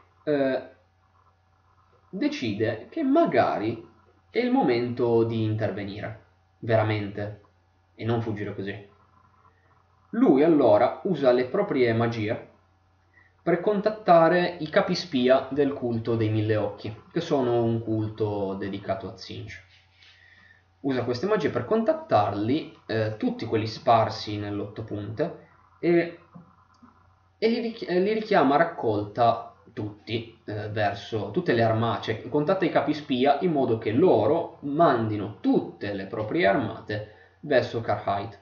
decide che magari è il momento di intervenire, veramente, e non fuggire così. Lui allora usa le proprie magie per contattare i capispia del culto dei Mille Occhi, che sono un culto dedicato a Tzeentch. Usa queste magie per contattarli, tutti quelli sparsi nell'Otto Punte, e li richiama a raccolta tutti verso tutte le armate, cioè contatta i capispia in modo che loro mandino tutte le proprie armate verso Karhait.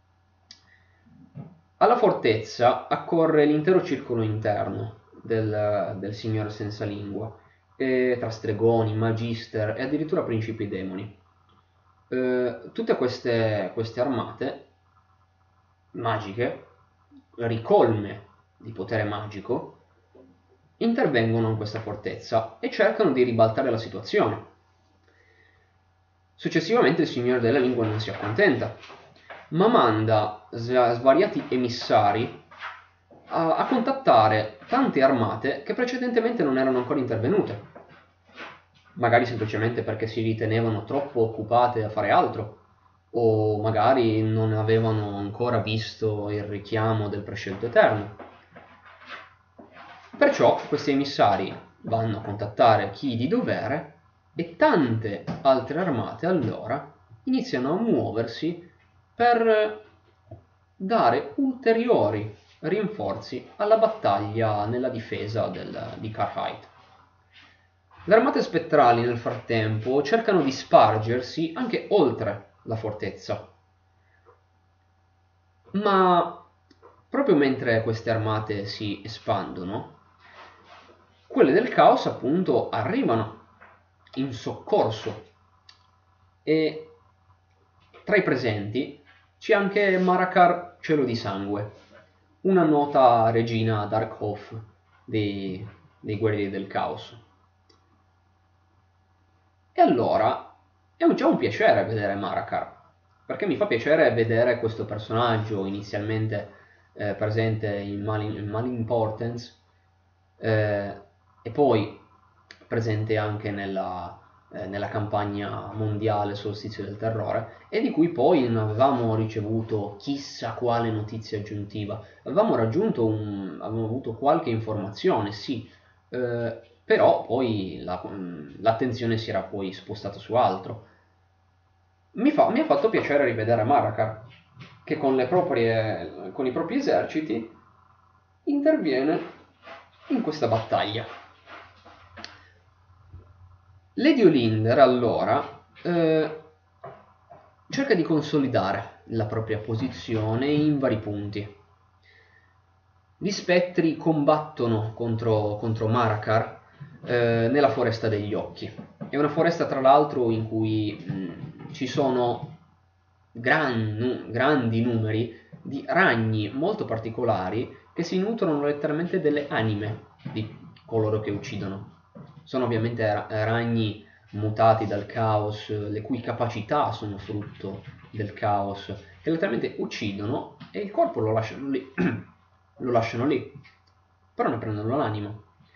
Alla fortezza accorre l'intero circolo interno del Signore senza lingua, tra stregoni, magister e addirittura principi demoni. Tutte queste armate magiche, ricolme di potere magico, intervengono in questa fortezza e cercano di ribaltare la situazione. Successivamente il Signore della Lingua non si accontenta, ma manda svariati emissari a contattare tante armate che precedentemente non erano ancora intervenute, magari semplicemente perché si ritenevano troppo occupate a fare altro, o magari non avevano ancora visto il richiamo del prescelto eterno. Perciò questi emissari vanno a contattare chi di dovere e tante altre armate allora iniziano a muoversi per dare ulteriori rinforzi alla battaglia nella difesa di Karhait. Le armate spettrali nel frattempo cercano di spargersi anche oltre la fortezza, ma proprio mentre queste armate si espandono, quelle del caos appunto arrivano in soccorso e tra i presenti c'è anche Marakar Cielo di Sangue, una nota regina Darkhof dei guerrieri del caos. E allora è già un piacere vedere Marakar, perché mi fa piacere vedere questo personaggio inizialmente presente in Malimportance e poi presente anche nella campagna mondiale Solstizio del Terrore, e di cui poi non avevamo ricevuto chissà quale notizia aggiuntiva. Avevamo avuto qualche informazione, sì, però poi l'attenzione si era poi spostata su altro. Mi ha fatto piacere rivedere Marrakar, che con i propri eserciti interviene in questa battaglia. Lady Olinder allora cerca di consolidare la propria posizione in vari punti. Gli spettri combattono contro Marrakar nella foresta degli occhi. È una foresta tra l'altro in cui ci sono grandi numeri di ragni molto particolari che si nutrono letteralmente delle anime di coloro che uccidono. Sono ovviamente ragni mutati dal caos, le cui capacità sono frutto del caos, che letteralmente uccidono e il corpo lo lasciano lì, lo lasciano lì, però ne prendono l'anima.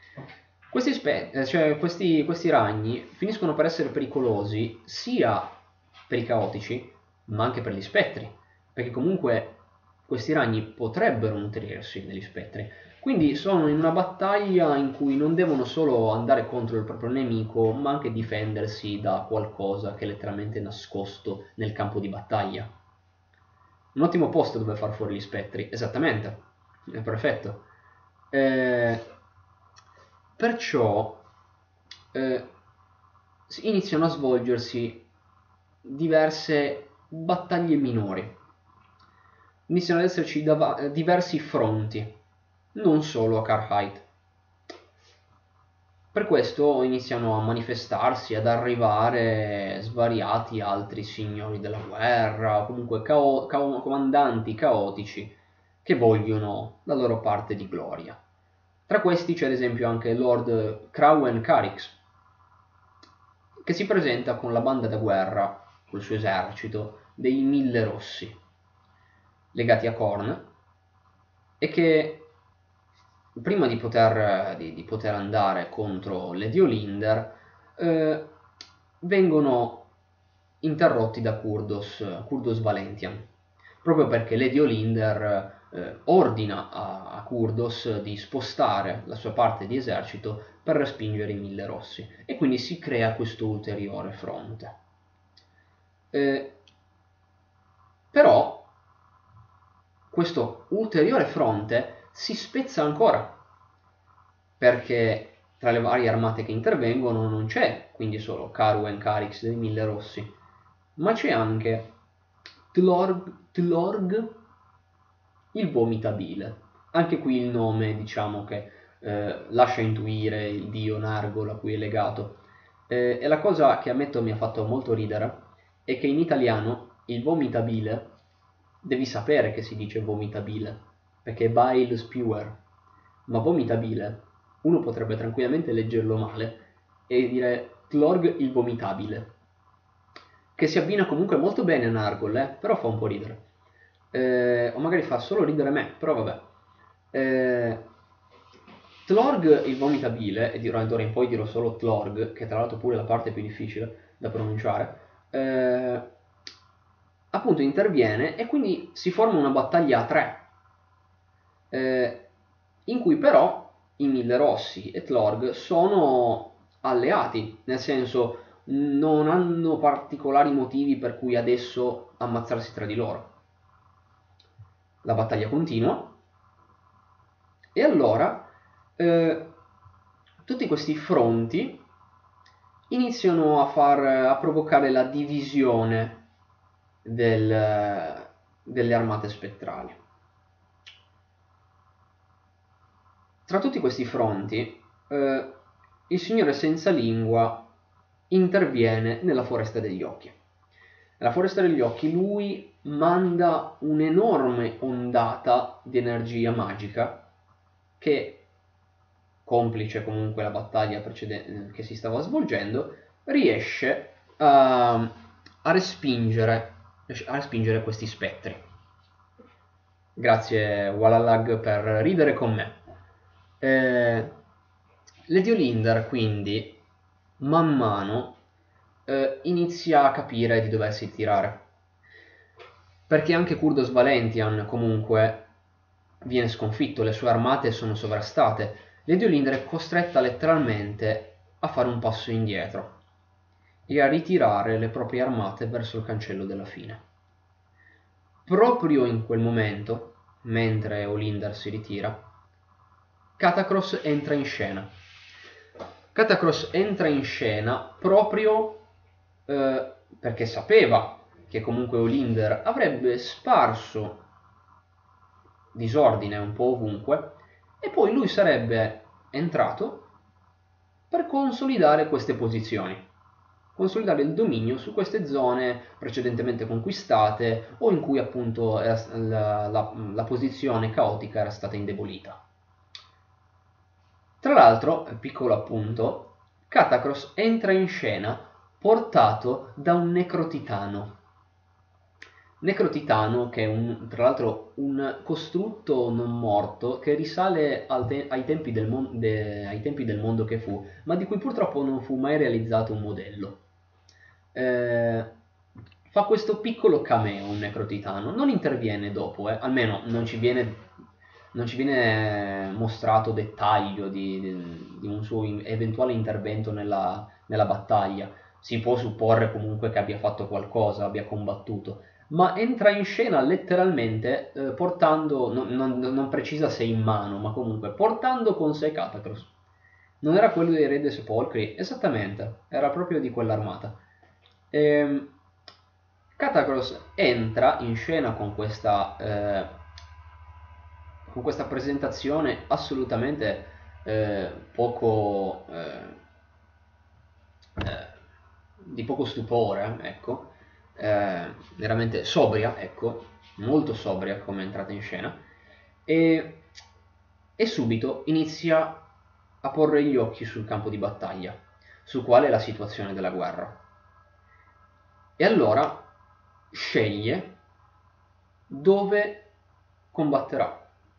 Questi ragni finiscono per essere pericolosi sia per i caotici, ma anche per gli spettri, perché comunque questi ragni potrebbero nutrirsi degli spettri. Quindi sono in una battaglia in cui non devono solo andare contro il proprio nemico, ma anche difendersi da qualcosa che è letteralmente nascosto nel campo di battaglia. Un ottimo posto dove far fuori gli spettri, esattamente, è perfetto. Perciò iniziano a svolgersi diverse battaglie minori. Iniziano ad esserci diversi fronti, non solo a Karhait. Per questo iniziano a manifestarsi, ad arrivare svariati altri signori della guerra, o comunque comandanti caotici che vogliono la loro parte di gloria. Tra questi c'è ad esempio anche Lord Crawen Carix, che si presenta con la banda da guerra, col suo esercito, dei 1000 rossi, legati a Khorne, e che prima di poter andare contro Lady Olinder vengono interrotti da Kurdos Valentian, proprio perché Lady Olinder ordina a Kurdos di spostare la sua parte di esercito per respingere i 1000 rossi, e quindi si crea questo ulteriore fronte. Però questo ulteriore fronte si spezza ancora, perché tra le varie armate che intervengono non c'è quindi solo Carwen Carix dei 1000 rossi, ma c'è anche Tlorg il vomitabile. Anche qui il nome, diciamo che lascia intuire il dio Nargol a cui è legato. E la cosa che ammetto mi ha fatto molto ridere è che in italiano il vomitabile, devi sapere che si dice vomitabile, perché è bile spewer, ma vomitabile uno potrebbe tranquillamente leggerlo male e dire Tlorg il vomitabile, che si abbina comunque molto bene a Nargol, però fa un po' ridere. O magari fa solo ridere me, però vabbè. Tlorg il vomitabile, e d'ora in poi dirò solo Tlorg, che tra l'altro pure è la parte più difficile da pronunciare, appunto interviene e quindi si forma una battaglia a 3, in cui però i 1000 rossi e Tlorg sono alleati, nel senso non hanno particolari motivi per cui adesso ammazzarsi tra di loro. La battaglia continua e allora tutti questi fronti iniziano a provocare la divisione delle armate spettrali. Tra tutti questi fronti il Signore senza lingua interviene nella foresta degli occhi. Nella foresta degli occhi lui manda un'enorme ondata di energia magica che, complice comunque la battaglia precedente che si stava svolgendo, riesce a respingere questi spettri. Grazie Walalag per ridere con me. Lady Olinder quindi man mano inizia a capire di doversi tirare, perché anche Kurdos Valentian comunque viene sconfitto, le sue armate sono sovrastate Lady Olinda è costretta letteralmente a fare un passo indietro e a ritirare le proprie armate verso il cancello della fine. Proprio in quel momento, mentre Olinda si ritira, Catacross entra in scena. Catacross entra in scena proprio perché sapeva che comunque Olinder avrebbe sparso disordine un po' ovunque e poi lui sarebbe entrato per consolidare queste posizioni, consolidare il dominio su queste zone precedentemente conquistate o in cui appunto la posizione caotica era stata indebolita. Tra l'altro, piccolo appunto, Catacross entra in scena portato da un necrotitano. Necrotitano, che è tra l'altro un costrutto non morto che risale ai tempi del mondo che fu, ma di cui purtroppo non fu mai realizzato un modello. Fa questo piccolo cameo un necrotitano, non interviene dopo, almeno non ci viene mostrato dettaglio di un suo eventuale intervento nella battaglia. Si può supporre comunque che abbia fatto qualcosa, abbia combattuto, ma entra in scena letteralmente portando, non precisa se in mano, ma comunque portando con sé Catacross. Non era quello dei Re dei Sepolcri? Esattamente, era proprio di quell'armata. Catacross entra in scena con questa presentazione assolutamente di poco stupore, ecco, veramente sobria, ecco, molto sobria come entrata in scena, e subito inizia a porre gli occhi sul campo di battaglia, su qual è la situazione della guerra. E allora sceglie dove combatterà.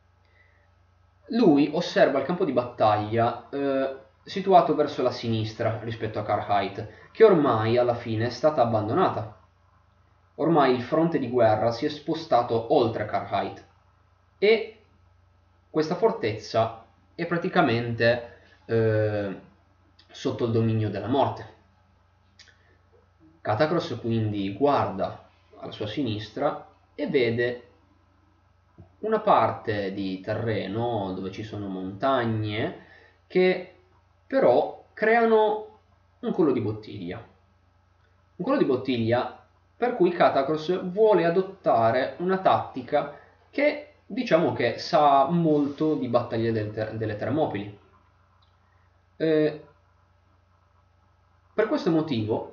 Lui osserva il campo di battaglia situato verso la sinistra rispetto a Karhait, che ormai alla fine è stata abbandonata. Ormai il fronte di guerra si è spostato oltre Karhait e questa fortezza è praticamente sotto il dominio della morte. Catacross quindi guarda alla sua sinistra e vede una parte di terreno dove ci sono montagne che però creano un collo di bottiglia. Un collo di bottiglia per cui Catacross vuole adottare una tattica che diciamo che sa molto di battaglie delle Termopili. Per questo motivo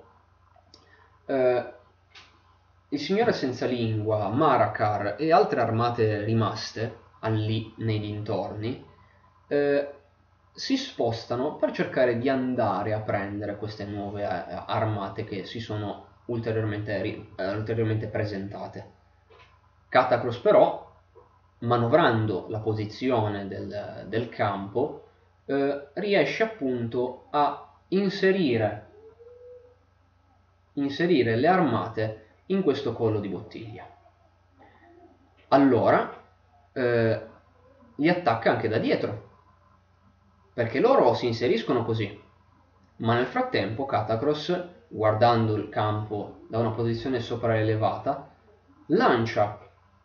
il Signore Senza Lingua, Marakar e altre armate rimaste lì nei dintorni si spostano per cercare di andare a prendere queste nuove armate che si sono ulteriormente presentate. Catacross però, manovrando la posizione del campo, riesce appunto a inserire le armate in questo collo di bottiglia. Allora li attacca anche da dietro, perché loro si inseriscono così, ma nel frattempo Catacross, guardando il campo da una posizione sopraelevata, lancia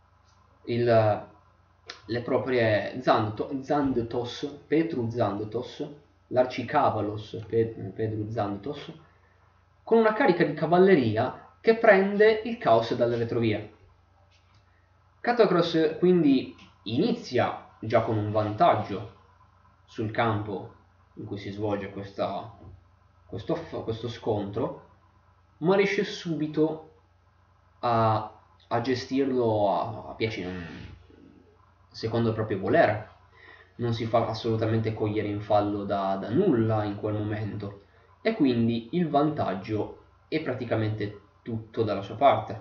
le proprie Xanthos, Petru Xanthos, l'arcicavalos Petru Xanthos, con una carica di cavalleria che prende il caos dalle retrovie. Catacross quindi inizia già con un vantaggio sul campo in cui si svolge questo scontro, ma riesce subito a gestirlo a piacere, secondo il proprio volere. Non si fa assolutamente cogliere in fallo da nulla in quel momento, e quindi il vantaggio è praticamente tutto dalla sua parte.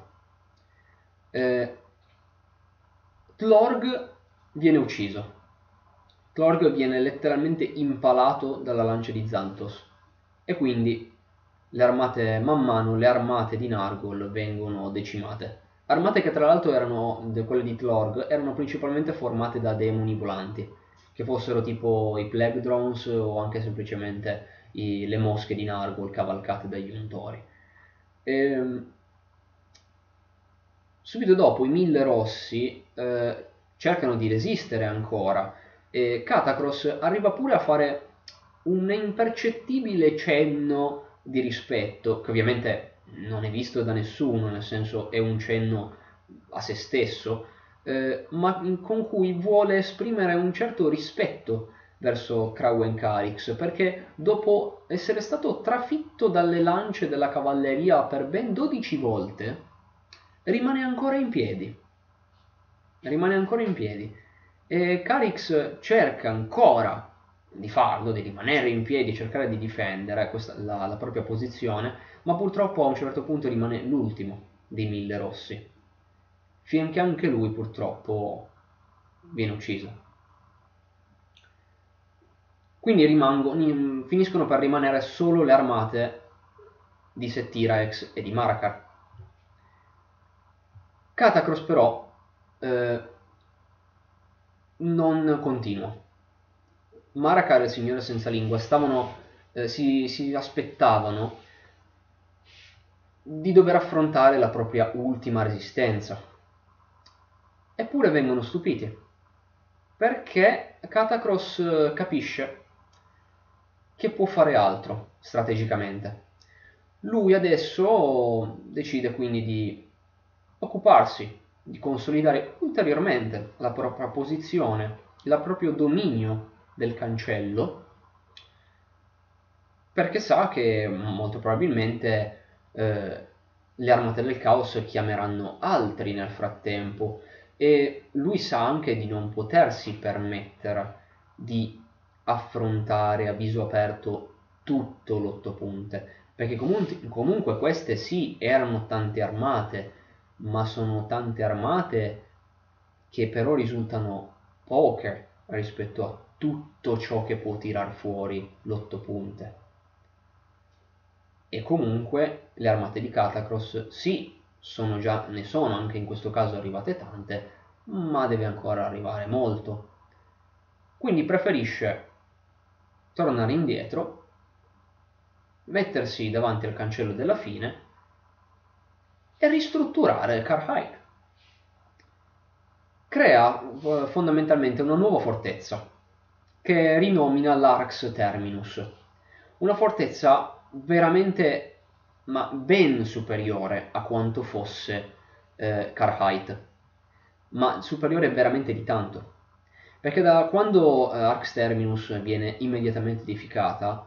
Tlorg viene ucciso. Tlorg viene letteralmente impalato dalla lancia di Xanthos, e quindi man mano le armate di Nargol vengono decimate. Armate che tra l'altro quelle di Tlorg erano principalmente formate da demoni volanti, che fossero tipo i Plague Drones o anche semplicemente le mosche di Nargol cavalcate dagli untori. Subito dopo i Mille Rossi cercano di resistere ancora e Catacross arriva pure a fare un impercettibile cenno di rispetto, che ovviamente non è visto da nessuno, nel senso è un cenno a se stesso, ma con cui vuole esprimere un certo rispetto verso Crawen Carix, perché dopo essere stato trafitto dalle lance della cavalleria per ben 12 volte, rimane ancora in piedi. Rimane ancora in piedi. E Carix cerca ancora di farlo, di rimanere in piedi, cercare di difendere questa, la propria posizione, ma purtroppo a un certo punto rimane l'ultimo dei Mille Rossi, finché anche lui purtroppo viene ucciso. Quindi finiscono per rimanere solo le armate di Setiraex e di Markar. Catacross però non continua. Markar e il Signore Senza Lingua si aspettavano di dover affrontare la propria ultima resistenza. Eppure vengono stupiti, perché Catacross capisce che può fare altro strategicamente. Lui adesso decide quindi di occuparsi, di consolidare ulteriormente la propria posizione, il proprio dominio del cancello, perché sa che molto probabilmente le armate del caos chiameranno altri nel frattempo e lui sa anche di non potersi permettere di affrontare a viso aperto tutto l'ottopunte, perché comunque queste sì erano tante armate, ma sono tante armate che però risultano poche rispetto a tutto ciò che può tirar fuori l'ottopunte. E comunque le armate di Catacross sì, ne sono anche in questo caso arrivate tante, ma deve ancora arrivare molto. Quindi preferisce tornare indietro, mettersi davanti al cancello della fine e ristrutturare Karhide. Crea fondamentalmente una nuova fortezza che rinomina l'Arx Terminus, una fortezza veramente ma ben superiore a quanto fosse Karhide, ma superiore veramente di tanto, perché da quando Arx Terminus viene immediatamente edificata,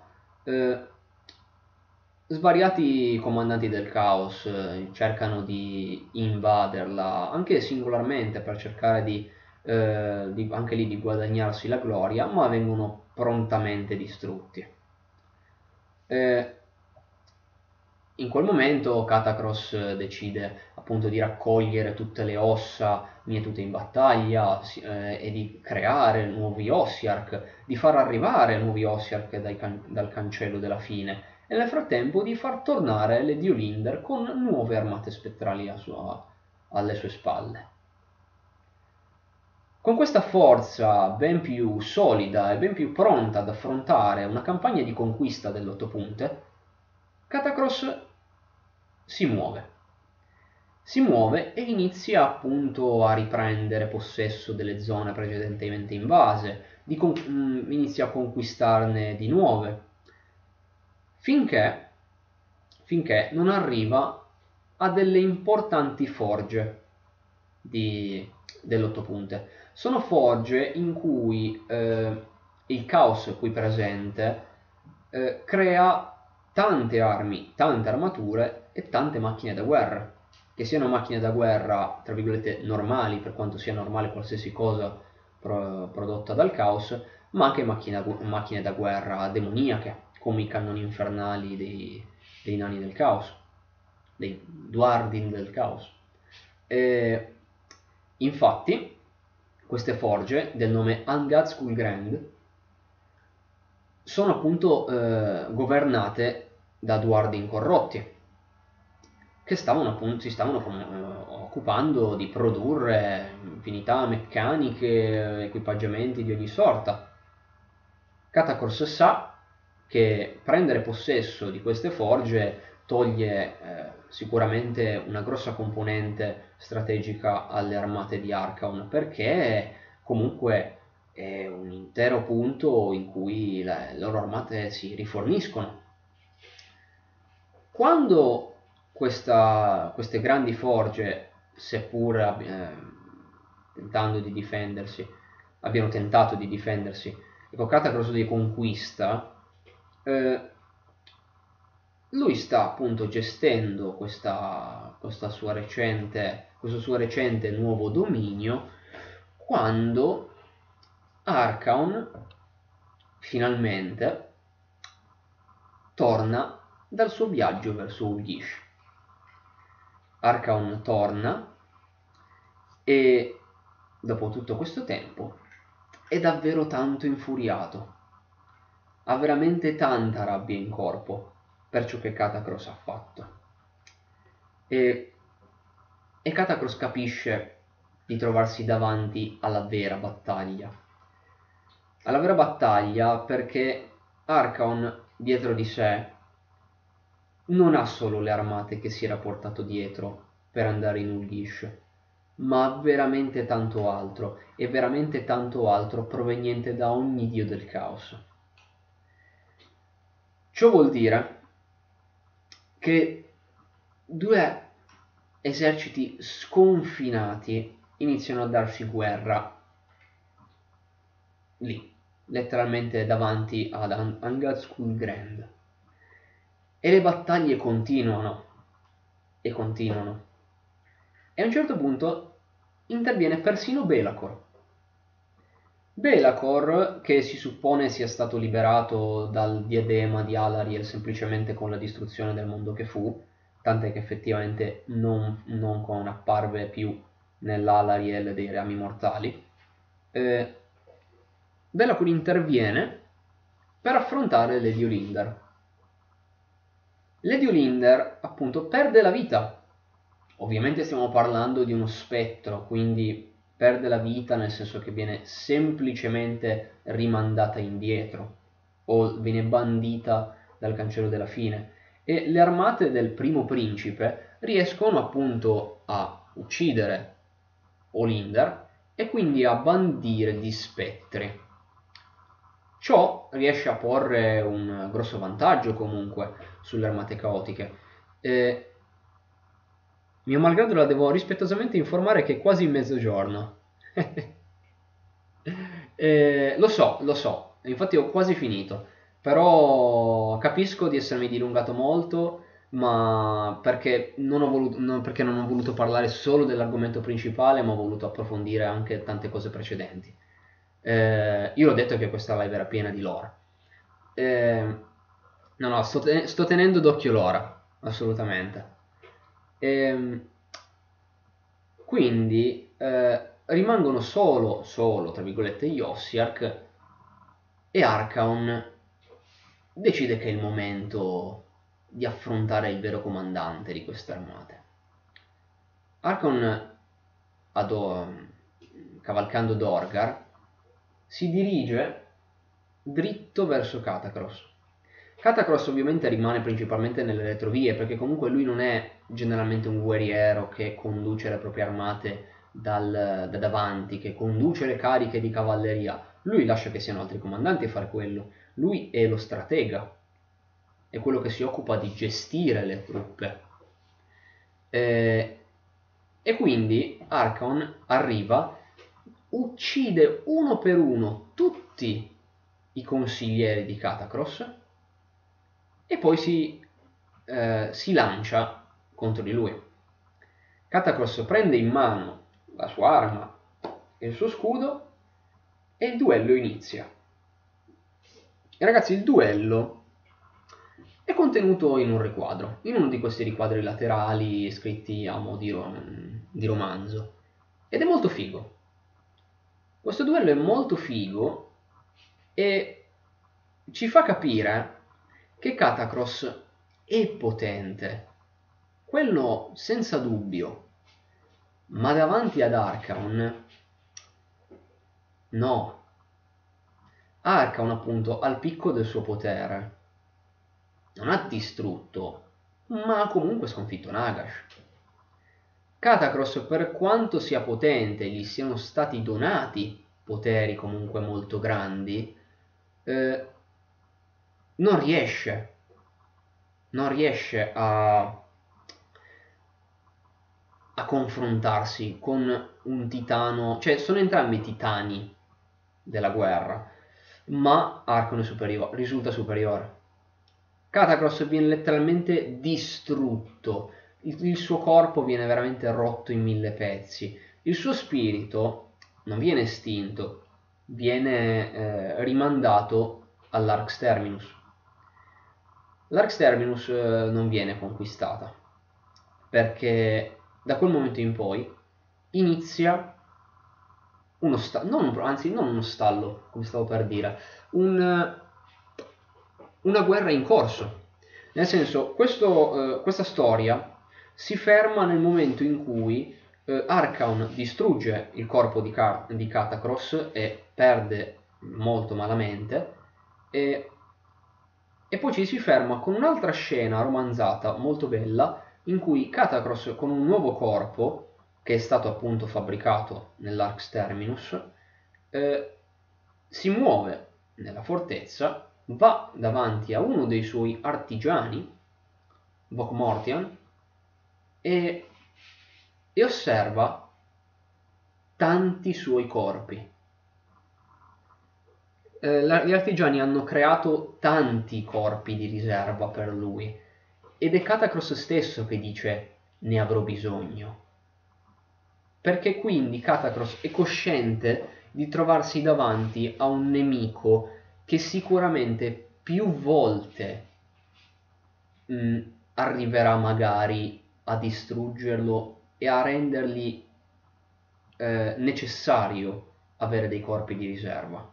svariati comandanti del caos cercano di invaderla anche singolarmente per cercare di anche lì di guadagnarsi la gloria, ma vengono prontamente distrutti. In quel momento Catacross decide appunto di raccogliere tutte le ossa mietute in battaglia e di creare nuovi Ossiarch, di far arrivare nuovi Ossiarch dal cancello della fine e nel frattempo di far tornare Lady Olynder con nuove armate spettrali alle sue spalle. Con questa forza ben più solida e ben più pronta ad affrontare una campagna di conquista dell'ottopunte, Catacross si muove e inizia appunto a riprendere possesso delle zone precedentemente invase, inizia a conquistarne di nuove, finché non arriva a delle importanti forge dell'ottopunte. Sono forge in cui il caos qui presente crea tante armi, tante armature e tante macchine da guerra, che siano macchine da guerra tra virgolette normali, per quanto sia normale qualsiasi cosa prodotta dal caos, ma anche macchine da guerra demoniache, come i cannoni infernali dei nani del caos, dei Duardin del caos. Infatti queste forge del nome Angad Skullgrand sono appunto governate da Duardin corrotti, che si stavano occupando di produrre infinità meccaniche, equipaggiamenti di ogni sorta. Catacross sa che prendere possesso di queste forge toglie sicuramente una grossa componente strategica alle armate di Archaon, perché comunque è un intero punto in cui le loro armate si riforniscono. Quando queste grandi forge, seppur abbiano tentato di difendersi, ecco, Catacross di conquista, lui sta appunto gestendo questo suo recente nuovo dominio, quando Archaon finalmente torna dal suo viaggio verso Ulgish. Archaon torna e dopo tutto questo tempo è davvero tanto infuriato, ha veramente tanta rabbia in corpo per ciò che Catacross ha fatto, e Catacross capisce di trovarsi davanti alla vera battaglia, perché Archaon dietro di sé non ha solo le armate che si era portato dietro per andare in Ulgish, ma veramente tanto altro, e veramente tanto altro proveniente da ogni dio del caos. Ciò vuol dire che due eserciti sconfinati iniziano a darsi guerra lì, letteralmente davanti ad Angad Grand. E le battaglie continuano e continuano. E a un certo punto interviene persino Belacor. Belacor, che si suppone sia stato liberato dal diadema di Alariel semplicemente con la distruzione del mondo che fu, tant'è che effettivamente non apparve più nell'Alariel dei Reami Mortali, Belacor interviene per affrontare Lady Olynder. Lady Olynder appunto perde la vita. Ovviamente stiamo parlando di uno spettro, quindi perde la vita nel senso che viene semplicemente rimandata indietro o viene bandita dal cancello della fine, e le armate del primo principe riescono appunto a uccidere Olynder e quindi a bandire gli spettri. Ciò riesce a porre un grosso vantaggio comunque sulle armate caotiche. Mio malgrado la devo rispettosamente informare che è quasi mezzogiorno. Lo so, infatti ho quasi finito, però capisco di essermi dilungato molto, ma perché non ho voluto parlare solo dell'argomento principale, ma ho voluto approfondire anche tante cose precedenti. Io l'ho detto che questa live era piena di lore. No, sto tenendo d'occhio l'ora, assolutamente. Quindi rimangono solo, tra virgolette, gli Ossiarch, e Archaon decide che è il momento di affrontare il vero comandante di queste armate. Archaon, cavalcando Dorgar, si dirige dritto verso Catacross. Catacross ovviamente rimane principalmente nelle retrovie, perché comunque lui non è generalmente un guerriero che conduce le proprie armate da davanti, che conduce le cariche di cavalleria. Lui lascia che siano altri comandanti a fare quello. Lui è lo stratega, è quello che si occupa di gestire le truppe. E quindi Archaon arriva, uccide uno per uno tutti i consiglieri di Catacross e poi si lancia contro di lui. Catacross prende in mano la sua arma e il suo scudo e il duello inizia. E ragazzi, il duello è contenuto in un riquadro, in uno di questi riquadri laterali scritti a mo' di romanzo, ed è molto figo. Questo duello è molto figo e ci fa capire che Catacross è potente, quello senza dubbio, ma davanti ad Archaon, no. Archaon appunto al picco del suo potere non ha distrutto, ma ha comunque sconfitto Nagash. Katakros, per quanto sia potente e gli siano stati donati poteri comunque molto grandi, non riesce a confrontarsi con un titano, cioè sono entrambi titani della guerra, ma Archon risulta superiore. Katakros viene letteralmente distrutto, il suo corpo viene veramente rotto in 1000 pezzi, il suo spirito non viene estinto, viene rimandato all'Arx Terminus. L'Arx Terminus non viene conquistata, perché da quel momento in poi inizia uno stallo, anzi non uno stallo, come stavo per dire, una guerra in corso. Nel senso, questa storia si ferma nel momento in cui Archaon distrugge il corpo di Katakros e perde molto malamente, e poi ci si ferma con un'altra scena romanzata molto bella in cui Katakros con un nuovo corpo, che è stato appunto fabbricato nell'Arx Terminus, si muove nella fortezza, va davanti a uno dei suoi artigiani, Vokmortian, e osserva tanti suoi corpi. Gli artigiani hanno creato tanti corpi di riserva per lui, ed è Katakros stesso che dice ne avrò bisogno, perché quindi Katakros è cosciente di trovarsi davanti a un nemico che sicuramente più volte arriverà magari a distruggerlo e a rendergli necessario avere dei corpi di riserva.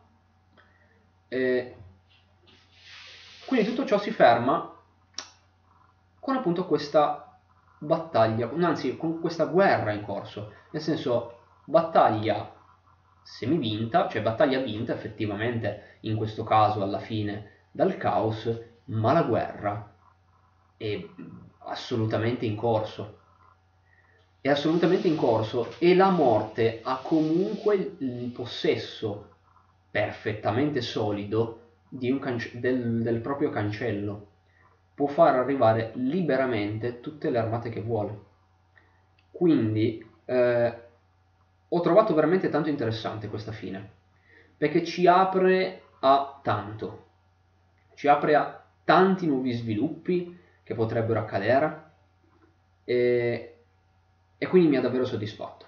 Quindi tutto ciò si ferma con appunto questa battaglia, anzi con questa guerra in corso, nel senso battaglia semivinta, cioè battaglia vinta effettivamente in questo caso alla fine dal caos, ma la guerra è assolutamente in corso. È assolutamente in corso e la morte ha comunque il possesso perfettamente solido di del proprio cancello. Può far arrivare liberamente tutte le armate che vuole. Quindi ho trovato veramente tanto interessante questa fine, perché ci apre a tanto, ci apre a tanti nuovi sviluppi che potrebbero accadere, e quindi mi ha davvero soddisfatto.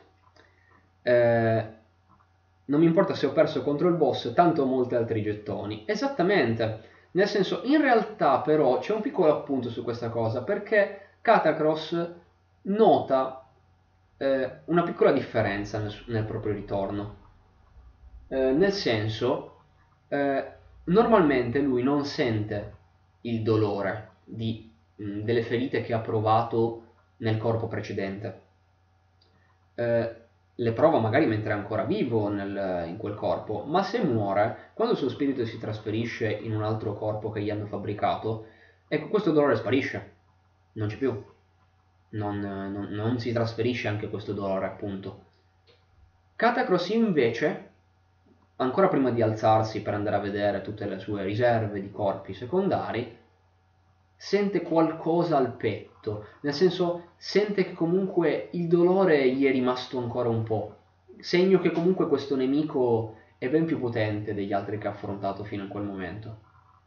Non mi importa se ho perso contro il boss, tanto ho molti altri gettoni. Esattamente, nel senso, in realtà però c'è un piccolo appunto su questa cosa, perché Katakros nota una piccola differenza nel proprio ritorno. Nel senso, normalmente lui non sente il dolore delle ferite che ha provato nel corpo precedente. Le prova magari mentre è ancora vivo in quel corpo, ma se muore, quando il suo spirito si trasferisce in un altro corpo che gli hanno fabbricato, ecco, questo dolore sparisce, non c'è più, non si trasferisce anche questo dolore, appunto. Katakros invece, ancora prima di alzarsi per andare a vedere tutte le sue riserve di corpi secondari, sente qualcosa al petto, nel senso sente che comunque il dolore gli è rimasto ancora un po', segno che comunque questo nemico è ben più potente degli altri che ha affrontato fino a quel momento.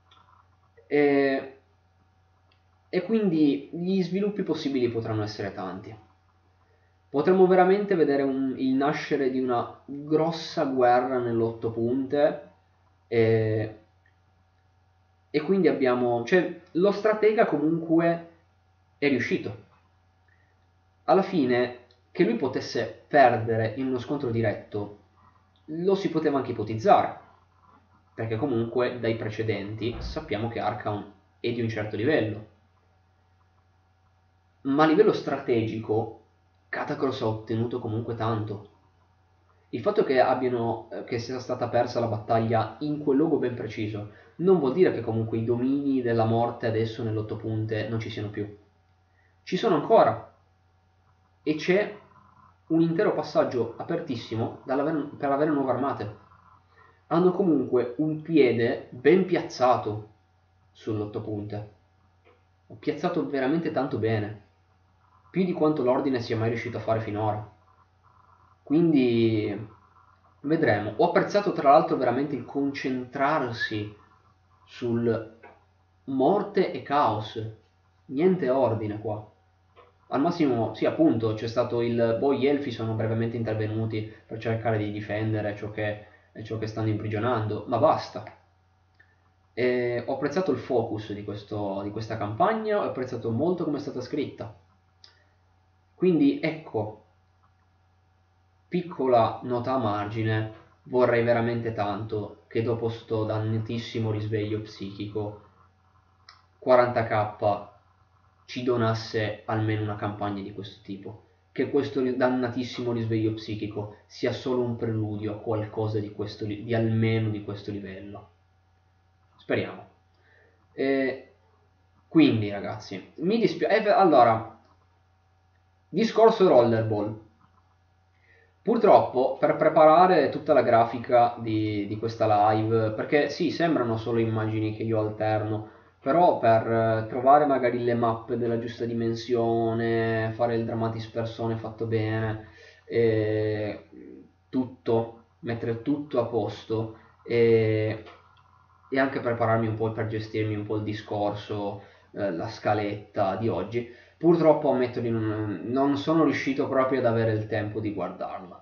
E quindi gli sviluppi possibili potranno essere tanti. Potremmo veramente vedere il nascere di una grossa guerra nell'otto punte, e quindi abbiamo, cioè lo stratega comunque è riuscito. Alla fine, che lui potesse perdere in uno scontro diretto lo si poteva anche ipotizzare, perché comunque dai precedenti sappiamo che Archaon è di un certo livello. ma a livello strategico Katakros ha ottenuto comunque tanto. Il fatto che sia stata persa la battaglia in quel luogo ben preciso non vuol dire che comunque i domini della morte adesso nell'otto punte non ci siano più. Ci sono ancora e c'è un intero passaggio apertissimo per avere nuove armate. Hanno comunque un piede ben piazzato sull'otto punte. Ho piazzato veramente tanto bene, più di quanto l'ordine sia mai riuscito a fare finora. Quindi vedremo. Ho apprezzato tra l'altro veramente il concentrarsi sul morte e caos, niente ordine qua. Al massimo, sì, appunto, c'è stato gli elfi sono brevemente intervenuti per cercare di difendere ciò che stanno imprigionando, ma basta. E ho apprezzato il focus di questa campagna, ho apprezzato molto come è stata scritta. Quindi ecco, piccola nota a margine, vorrei veramente tanto che dopo sto dannatissimo risveglio psichico 40k ci donasse almeno una campagna di questo tipo, che questo dannatissimo risveglio psichico sia solo un preludio a qualcosa di almeno di questo livello. Speriamo. Quindi ragazzi, mi dispiace. Allora, discorso Rollerball. Purtroppo per preparare tutta la grafica di questa live, perché sì, sembrano solo immagini che io alterno, però per trovare magari le mappe della giusta dimensione, fare il Dramatis Persone fatto bene, e tutto, mettere tutto a posto e anche prepararmi un po' per gestirmi un po' il discorso, la scaletta di oggi. Purtroppo ammetto di non sono riuscito proprio ad avere il tempo di guardarla.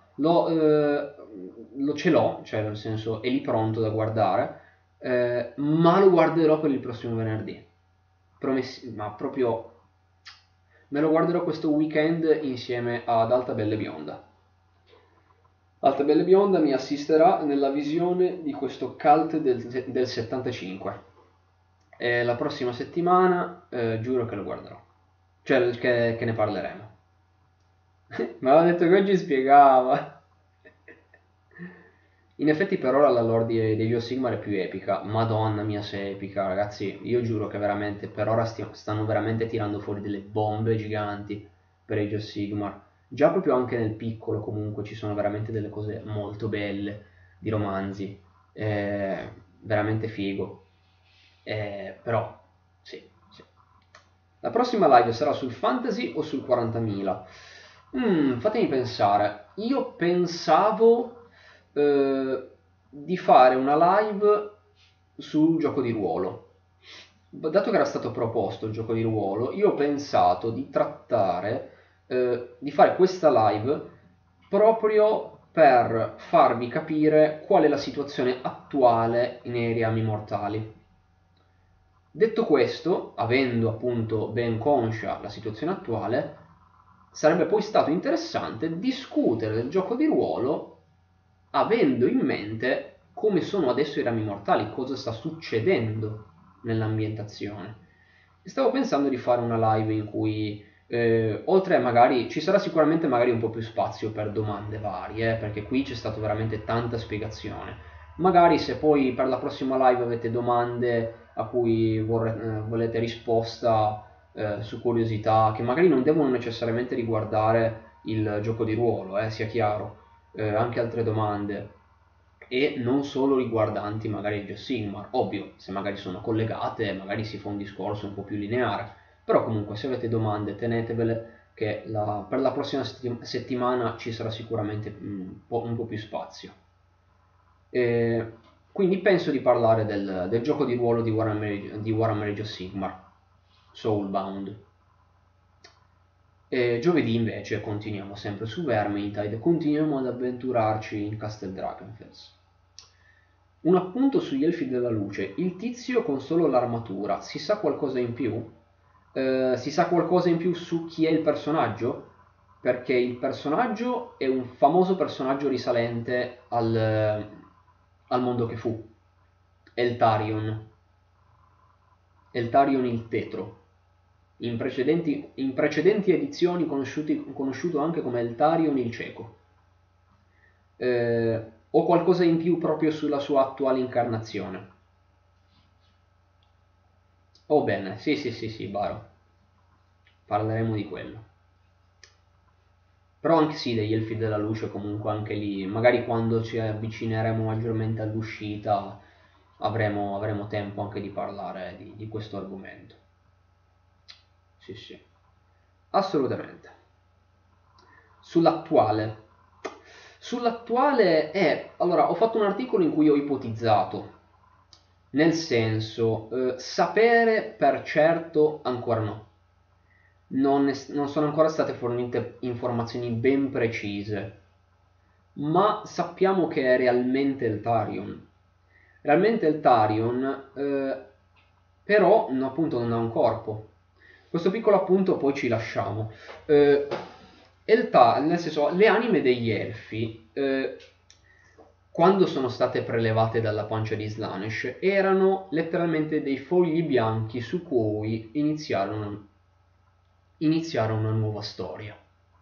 Ce l'ho, cioè nel senso è lì pronto da guardare, ma lo guarderò per il prossimo venerdì. Promessi, ma proprio me lo guarderò questo weekend insieme ad Alta Bella e Bionda. Alta Bella e Bionda mi assisterà nella visione di questo cult del 75. E la prossima settimana giuro che lo guarderò. Cioè che ne parleremo. Ma aveva detto che oggi spiegava. In effetti per ora la lore degli of Sigmar è più epica. Madonna mia se è epica, ragazzi. Io giuro che veramente per ora stanno veramente tirando fuori delle bombe giganti per Age of Sigmar. Già proprio anche nel piccolo comunque ci sono veramente delle cose molto belle di romanzi. Veramente figo. Però, sì, sì. La prossima live sarà sul fantasy o sul 40.000? Fatemi pensare. Io pensavo di fare una live sul gioco di ruolo. Dato che era stato proposto il gioco di ruolo, io ho pensato di trattare, di fare questa live proprio per farvi capire qual è la situazione attuale nei Reami Mortali. Detto questo, avendo appunto ben conscia la situazione attuale, sarebbe poi stato interessante discutere del gioco di ruolo avendo in mente come sono adesso i Rami Mortali, cosa sta succedendo nell'ambientazione. Stavo pensando di fare una live in cui oltre magari ci sarà sicuramente magari un po' più spazio per domande varie, perché qui c'è stato veramente tanta spiegazione. Magari se poi per la prossima live avete domande a cui volete risposta su curiosità, che magari non devono necessariamente riguardare il gioco di ruolo, sia chiaro, anche altre domande e non solo riguardanti magari il Sigmar. Ovvio, se magari sono collegate, magari si fa un discorso un po' più lineare, però comunque se avete domande tenetevele che per la prossima settimana ci sarà sicuramente un po' più spazio. Quindi penso di parlare del gioco di ruolo di Warhammer Age of Sigmar, Soulbound. Giovedì invece continuiamo sempre su Vermintide, continuiamo ad avventurarci in Castle Drakenfels. Un appunto sugli Elfi della Luce, il tizio con solo l'armatura, si sa qualcosa in più? Si sa qualcosa in più su chi è il personaggio? Perché il personaggio è un famoso personaggio risalente al mondo che fu, Eltarion il tetro. in precedenti edizioni conosciuto anche come Eltarion il Cieco. O qualcosa in più proprio sulla sua attuale incarnazione? Oh bene, sì, Baro. Parleremo di quello. Però anche sì, degli Elfi della Luce comunque anche lì, magari quando ci avvicineremo maggiormente all'uscita avremo tempo anche di parlare di questo argomento. Sì, assolutamente. Sull'attuale allora ho fatto un articolo in cui ho ipotizzato, nel senso, sapere per certo ancora no. Non sono ancora state fornite informazioni ben precise, ma sappiamo che è realmente Eltarion. Realmente Eltarion, però appunto non ha un corpo. Questo piccolo appunto poi ci lasciamo. Nel senso, le anime degli elfi, quando sono state prelevate dalla pancia di Slaanesh, erano letteralmente dei fogli bianchi su cui iniziare una nuova storia.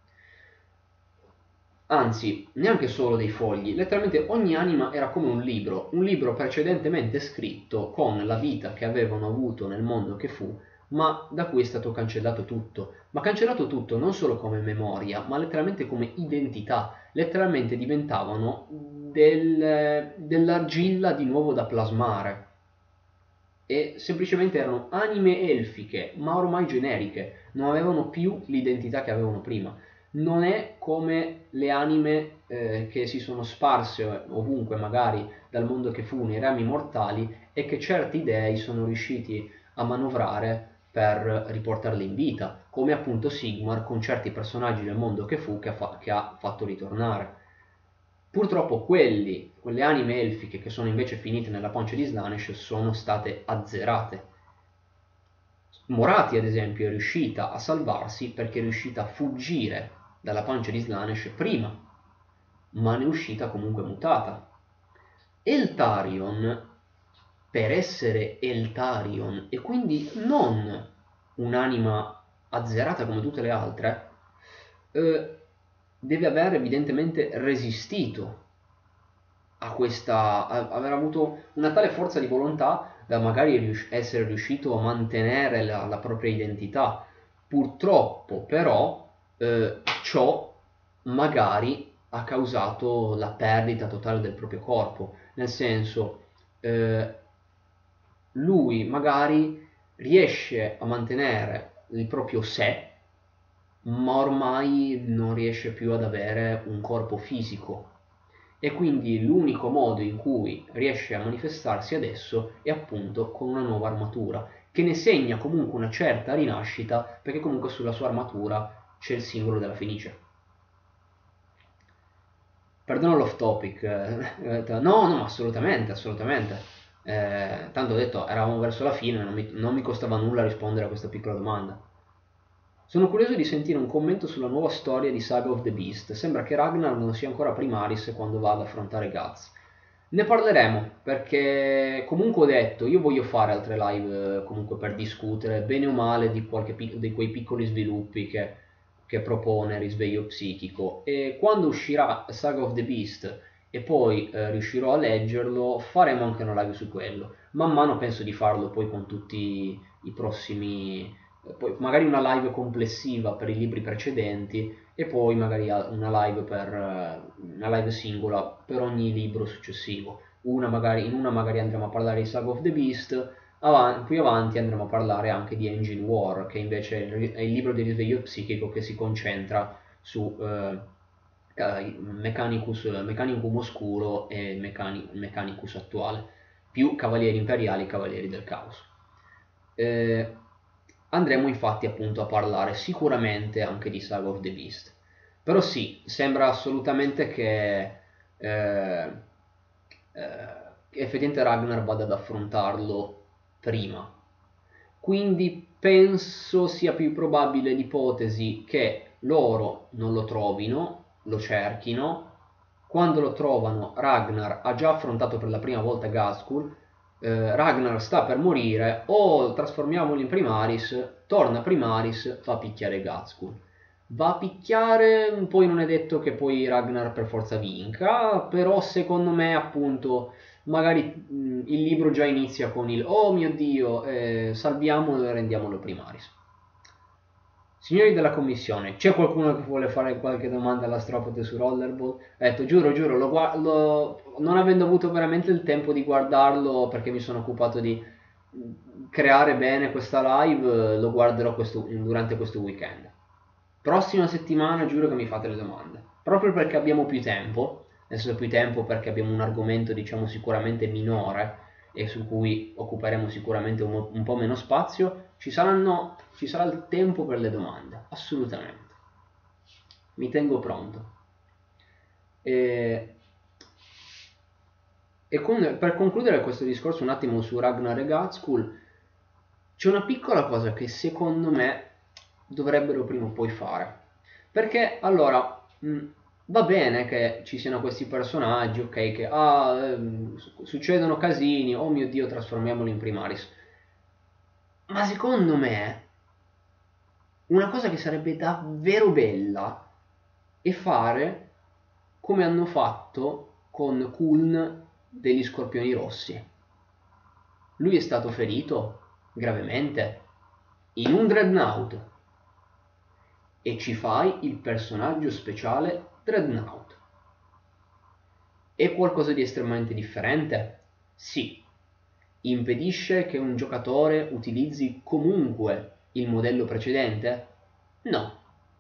Anzi, neanche solo dei fogli, letteralmente ogni anima era come un libro precedentemente scritto con la vita che avevano avuto nel mondo che fu, ma da cui è stato cancellato tutto. Ma cancellato tutto non solo come memoria, ma letteralmente come identità. Letteralmente diventavano dell'argilla di nuovo da plasmare. E semplicemente erano anime elfiche, ma ormai generiche, non avevano più l'identità che avevano prima. Non è come le anime che si sono sparse ovunque, magari dal mondo che fu nei rami mortali, e che certi dei sono riusciti a manovrare per riportarle in vita, come appunto Sigmar con certi personaggi del mondo che fu che ha fatto ritornare. Purtroppo quelle anime elfiche che sono invece finite nella pancia di Slaanesh sono state azzerate. Morathi ad esempio è riuscita a salvarsi perché è riuscita a fuggire dalla pancia di Slaanesh prima, ma ne è uscita comunque mutata. Eltarion, per essere Eltarion e quindi non un'anima azzerata come tutte le altre, deve aver evidentemente resistito a aver avuto una tale forza di volontà da magari essere riuscito a mantenere la propria identità. Purtroppo però ciò magari ha causato la perdita totale del proprio corpo, nel senso lui magari riesce a mantenere il proprio sé, ma ormai non riesce più ad avere un corpo fisico, e quindi l'unico modo in cui riesce a manifestarsi adesso è appunto con una nuova armatura, che ne segna comunque una certa rinascita, perché comunque sulla sua armatura c'è il simbolo della Fenice. Perdono l'off topic, no, assolutamente, tanto ho detto, eravamo verso la fine, non mi costava nulla rispondere a questa piccola domanda. Sono curioso di sentire un commento sulla nuova storia di Saga of the Beast. Sembra che Ragnar non sia ancora Primaris quando va ad affrontare Guts. Ne parleremo, perché comunque ho detto, io voglio fare altre live comunque per discutere bene o male di quei piccoli sviluppi che propone Risveglio Psichico, e quando uscirà Saga of the Beast e poi riuscirò a leggerlo, faremo anche una live su quello. Man mano penso di farlo poi con tutti i prossimi, poi magari una live complessiva per i libri precedenti e poi magari una live singola per ogni libro successivo. In una magari andremo a parlare di Saga of the Beast, più avanti andremo a parlare anche di Engine War, che invece è il libro di risveglio psichico che si concentra su Mechanicum oscuro e Mechanicus attuale, più Cavalieri Imperiali e Cavalieri del Caos. Andremo infatti appunto a parlare sicuramente anche di Saga of the Beast. Però sì, sembra assolutamente che effettivamente Ragnar vada ad affrontarlo prima. Quindi penso sia più probabile l'ipotesi che loro non lo trovino, lo cerchino. Quando lo trovano, Ragnar ha già affrontato per la prima volta Ghazghkull, Ragnar sta per morire, o trasformiamolo in Primaris, torna Primaris, va a picchiare Gaskul. Va a picchiare, poi non è detto che poi Ragnar per forza vinca, però secondo me appunto magari il libro già inizia con il oh mio Dio, salviamolo e rendiamolo Primaris. Signori della commissione, c'è qualcuno che vuole fare qualche domanda all'astropote su Rollerball? Ho detto, giuro, non avendo avuto veramente il tempo di guardarlo perché mi sono occupato di creare bene questa live, lo guarderò durante questo weekend. Prossima settimana giuro che mi fate le domande. Proprio perché abbiamo più tempo, adesso più tempo perché abbiamo un argomento diciamo sicuramente minore e su cui occuperemo sicuramente un po' meno spazio, ci sarà il tempo per le domande, assolutamente. Mi tengo pronto. E, per concludere questo discorso un attimo su Ragnar e Gaskul, c'è una piccola cosa che secondo me dovrebbero prima o poi fare. Perché allora va bene che ci siano questi personaggi, ok, che succedono casini, oh mio Dio, trasformiamoli in Primaris. Ma secondo me una cosa che sarebbe davvero bella è fare come hanno fatto con Kuln degli Scorpioni Rossi. Lui è stato ferito gravemente in un Dreadnought e ci fai il personaggio speciale Dreadnought. È qualcosa di estremamente differente? Sì. Impedisce che un giocatore utilizzi comunque il modello precedente? No.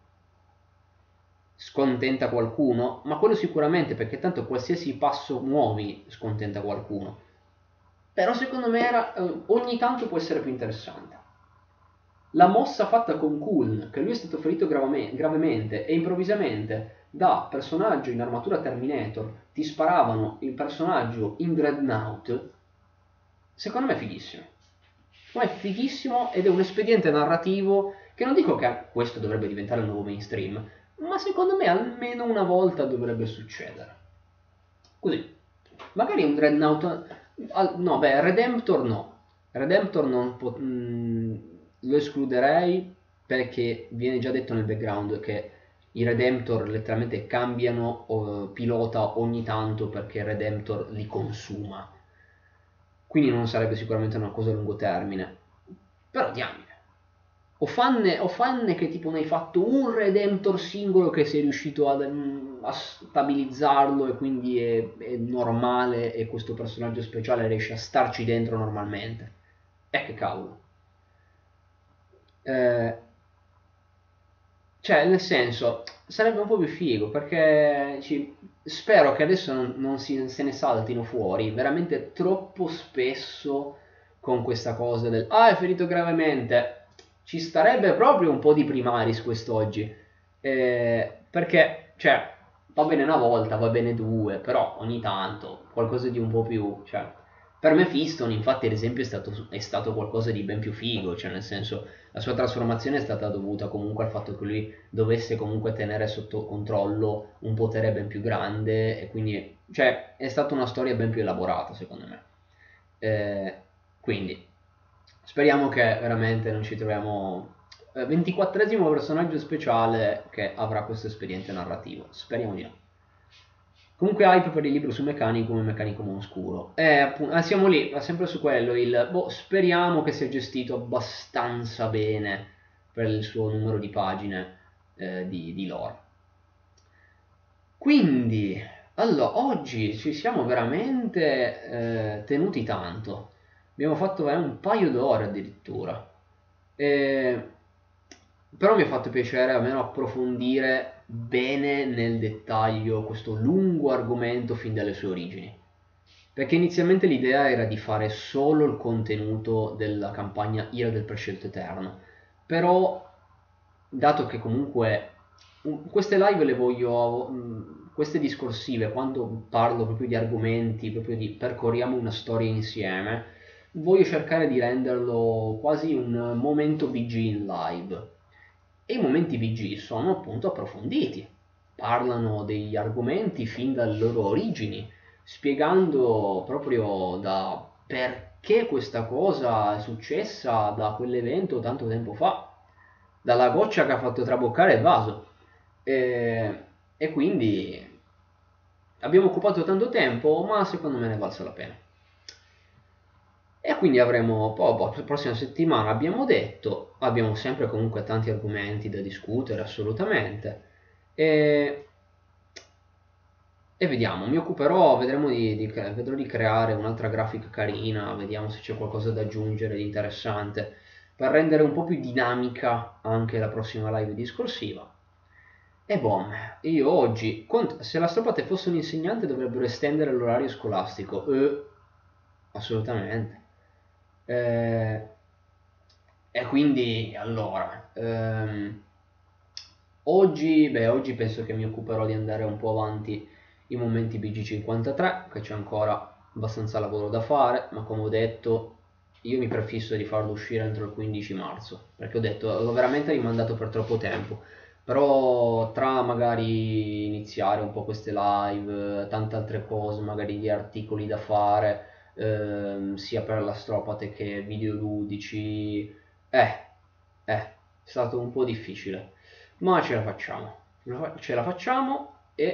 Scontenta qualcuno? Ma quello sicuramente, perché tanto qualsiasi passo muovi scontenta qualcuno. Però secondo me ogni tanto può essere più interessante. La mossa fatta con Kuln, che lui è stato ferito gravemente e improvvisamente da personaggio in armatura Terminator ti sparavano il personaggio in Dreadnought, secondo me è fighissimo. Secondo me è fighissimo ed è un espediente narrativo che non dico che questo dovrebbe diventare il nuovo mainstream, ma secondo me almeno una volta dovrebbe succedere. Così. Magari un Dreadnought... No, beh, Redemptor no. Redemptor non lo escluderei perché viene già detto nel background che i Redemptor letteralmente cambiano pilota ogni tanto perché il Redemptor li consuma. Quindi non sarebbe sicuramente una cosa a lungo termine. Però diamine. O fanne che tipo ne hai fatto un Redemptor singolo che sei riuscito a stabilizzarlo e quindi è normale e questo personaggio speciale riesce a starci dentro normalmente. Che cavolo. Cioè, nel senso, sarebbe un po' più figo perché spero che adesso non se ne saltino fuori veramente troppo spesso con questa cosa del è ferito gravemente. Ci starebbe proprio un po' di Primaris quest'oggi. Perché, cioè, va bene una volta, va bene due, però ogni tanto qualcosa di un po' più. Cioè, per me Fiston, infatti, ad esempio, è stato qualcosa di ben più figo, cioè nel senso la sua trasformazione è stata dovuta comunque al fatto che lui dovesse comunque tenere sotto controllo un potere ben più grande e quindi cioè è stata una storia ben più elaborata secondo me. Quindi speriamo che veramente non ci troviamo 24esimo personaggio speciale che avrà questo espediente narrativo, speriamo di no. Comunque hype per il libro su Mechanicum e Mechanicum Oscuro. Siamo lì, sempre su quello. Speriamo che sia gestito abbastanza bene per il suo numero di pagine di lore. Quindi, allora, oggi ci siamo veramente tenuti tanto. Abbiamo fatto un paio d'ore addirittura. Però mi ha fatto piacere almeno approfondire bene nel dettaglio questo lungo argomento fin dalle sue origini. Perché inizialmente l'idea era di fare solo il contenuto della campagna Ira del Prescelto Eterno. Però, dato che comunque queste live le voglio, queste discorsive, quando parlo proprio di argomenti, proprio di percorriamo una storia insieme, voglio cercare di renderlo quasi un momento VG in live. E i momenti VG sono appunto approfonditi, parlano degli argomenti fin dalle loro origini, spiegando proprio da che questa cosa è successa da quell'evento tanto tempo fa, dalla goccia che ha fatto traboccare il vaso. E quindi abbiamo occupato tanto tempo, ma secondo me ne è valsa la pena. E quindi avremo, poi, la prossima settimana abbiamo detto, abbiamo sempre comunque tanti argomenti da discutere, assolutamente. E, e vediamo, mi occuperò, vedrò di creare un'altra grafica carina, vediamo se c'è qualcosa da aggiungere di interessante, per rendere un po' più dinamica anche la prossima live discorsiva. E boh, io oggi, se l'astropate fosse un insegnante dovrebbero estendere l'orario scolastico. Assolutamente. Eh, e quindi, allora, oggi penso che mi occuperò di andare un po' avanti i momenti BG53, che c'è ancora abbastanza lavoro da fare, ma come ho detto, io mi prefisso di farlo uscire entro il 15 marzo, perché ho detto, l'ho veramente rimandato per troppo tempo. Però tra magari iniziare un po' queste live, tante altre cose, magari gli articoli da fare, sia per l'astropate che videoludici, è stato un po' difficile, ma ce la facciamo, ce la facciamo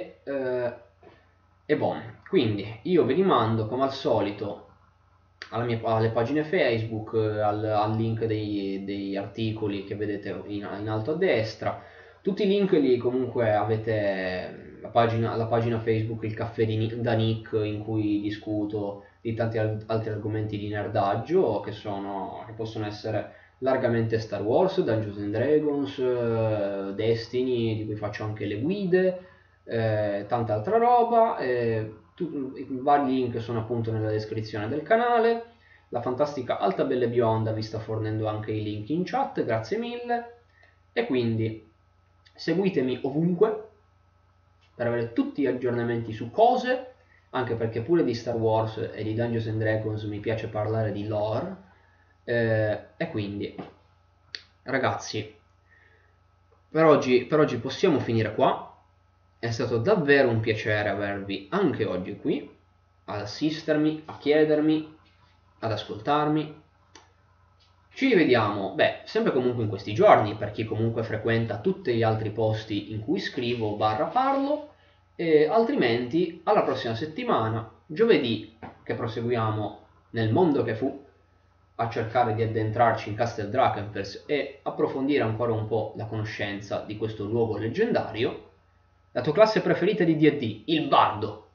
e buon. Quindi io ve li mando come al solito alle pagine Facebook, al link degli articoli che vedete in alto a destra. Tutti i link lì comunque avete la pagina Facebook Il Caffè da Nick, in cui discuto di tanti altri argomenti di nerdaggio che possono essere largamente Star Wars, Dungeons and Dragons, Destiny, di cui faccio anche le guide, tanta altra roba. I vari link sono appunto nella descrizione del canale. La fantastica Altabelle Bionda vi sta fornendo anche i link in chat, grazie mille. E quindi seguitemi ovunque per avere tutti gli aggiornamenti su cose, anche perché pure di Star Wars e di Dungeons and Dragons mi piace parlare di lore. E quindi, ragazzi, per oggi possiamo finire qua. È stato davvero un piacere avervi anche oggi qui, ad assistermi, a chiedermi, ad ascoltarmi. Ci rivediamo, sempre comunque in questi giorni, per chi comunque frequenta tutti gli altri posti in cui scrivo barra parlo, e altrimenti alla prossima settimana, giovedì, che proseguiamo nel mondo che fu, a cercare di addentrarci in Castle Drakenfels e approfondire ancora un po' la conoscenza di questo luogo leggendario. La tua classe preferita di D&D, il bardo.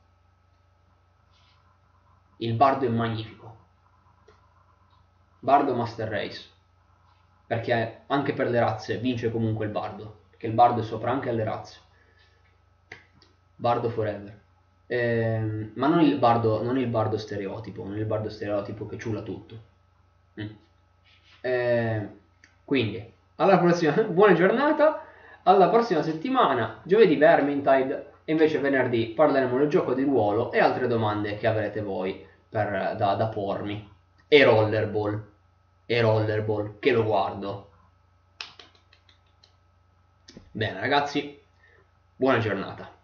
Il bardo è magnifico. Bardo Master Race, perché anche per le razze vince comunque il bardo, perché il bardo è sopra anche alle razze. Bardo forever. Ma non il bardo stereotipo, non il bardo stereotipo che ciula tutto. Quindi, alla prossima, buona giornata, alla prossima settimana, giovedì Vermintide, e invece venerdì parleremo del gioco di ruolo e altre domande che avrete voi da pormi. E Rollerball, che lo guardo. Bene ragazzi, buona giornata.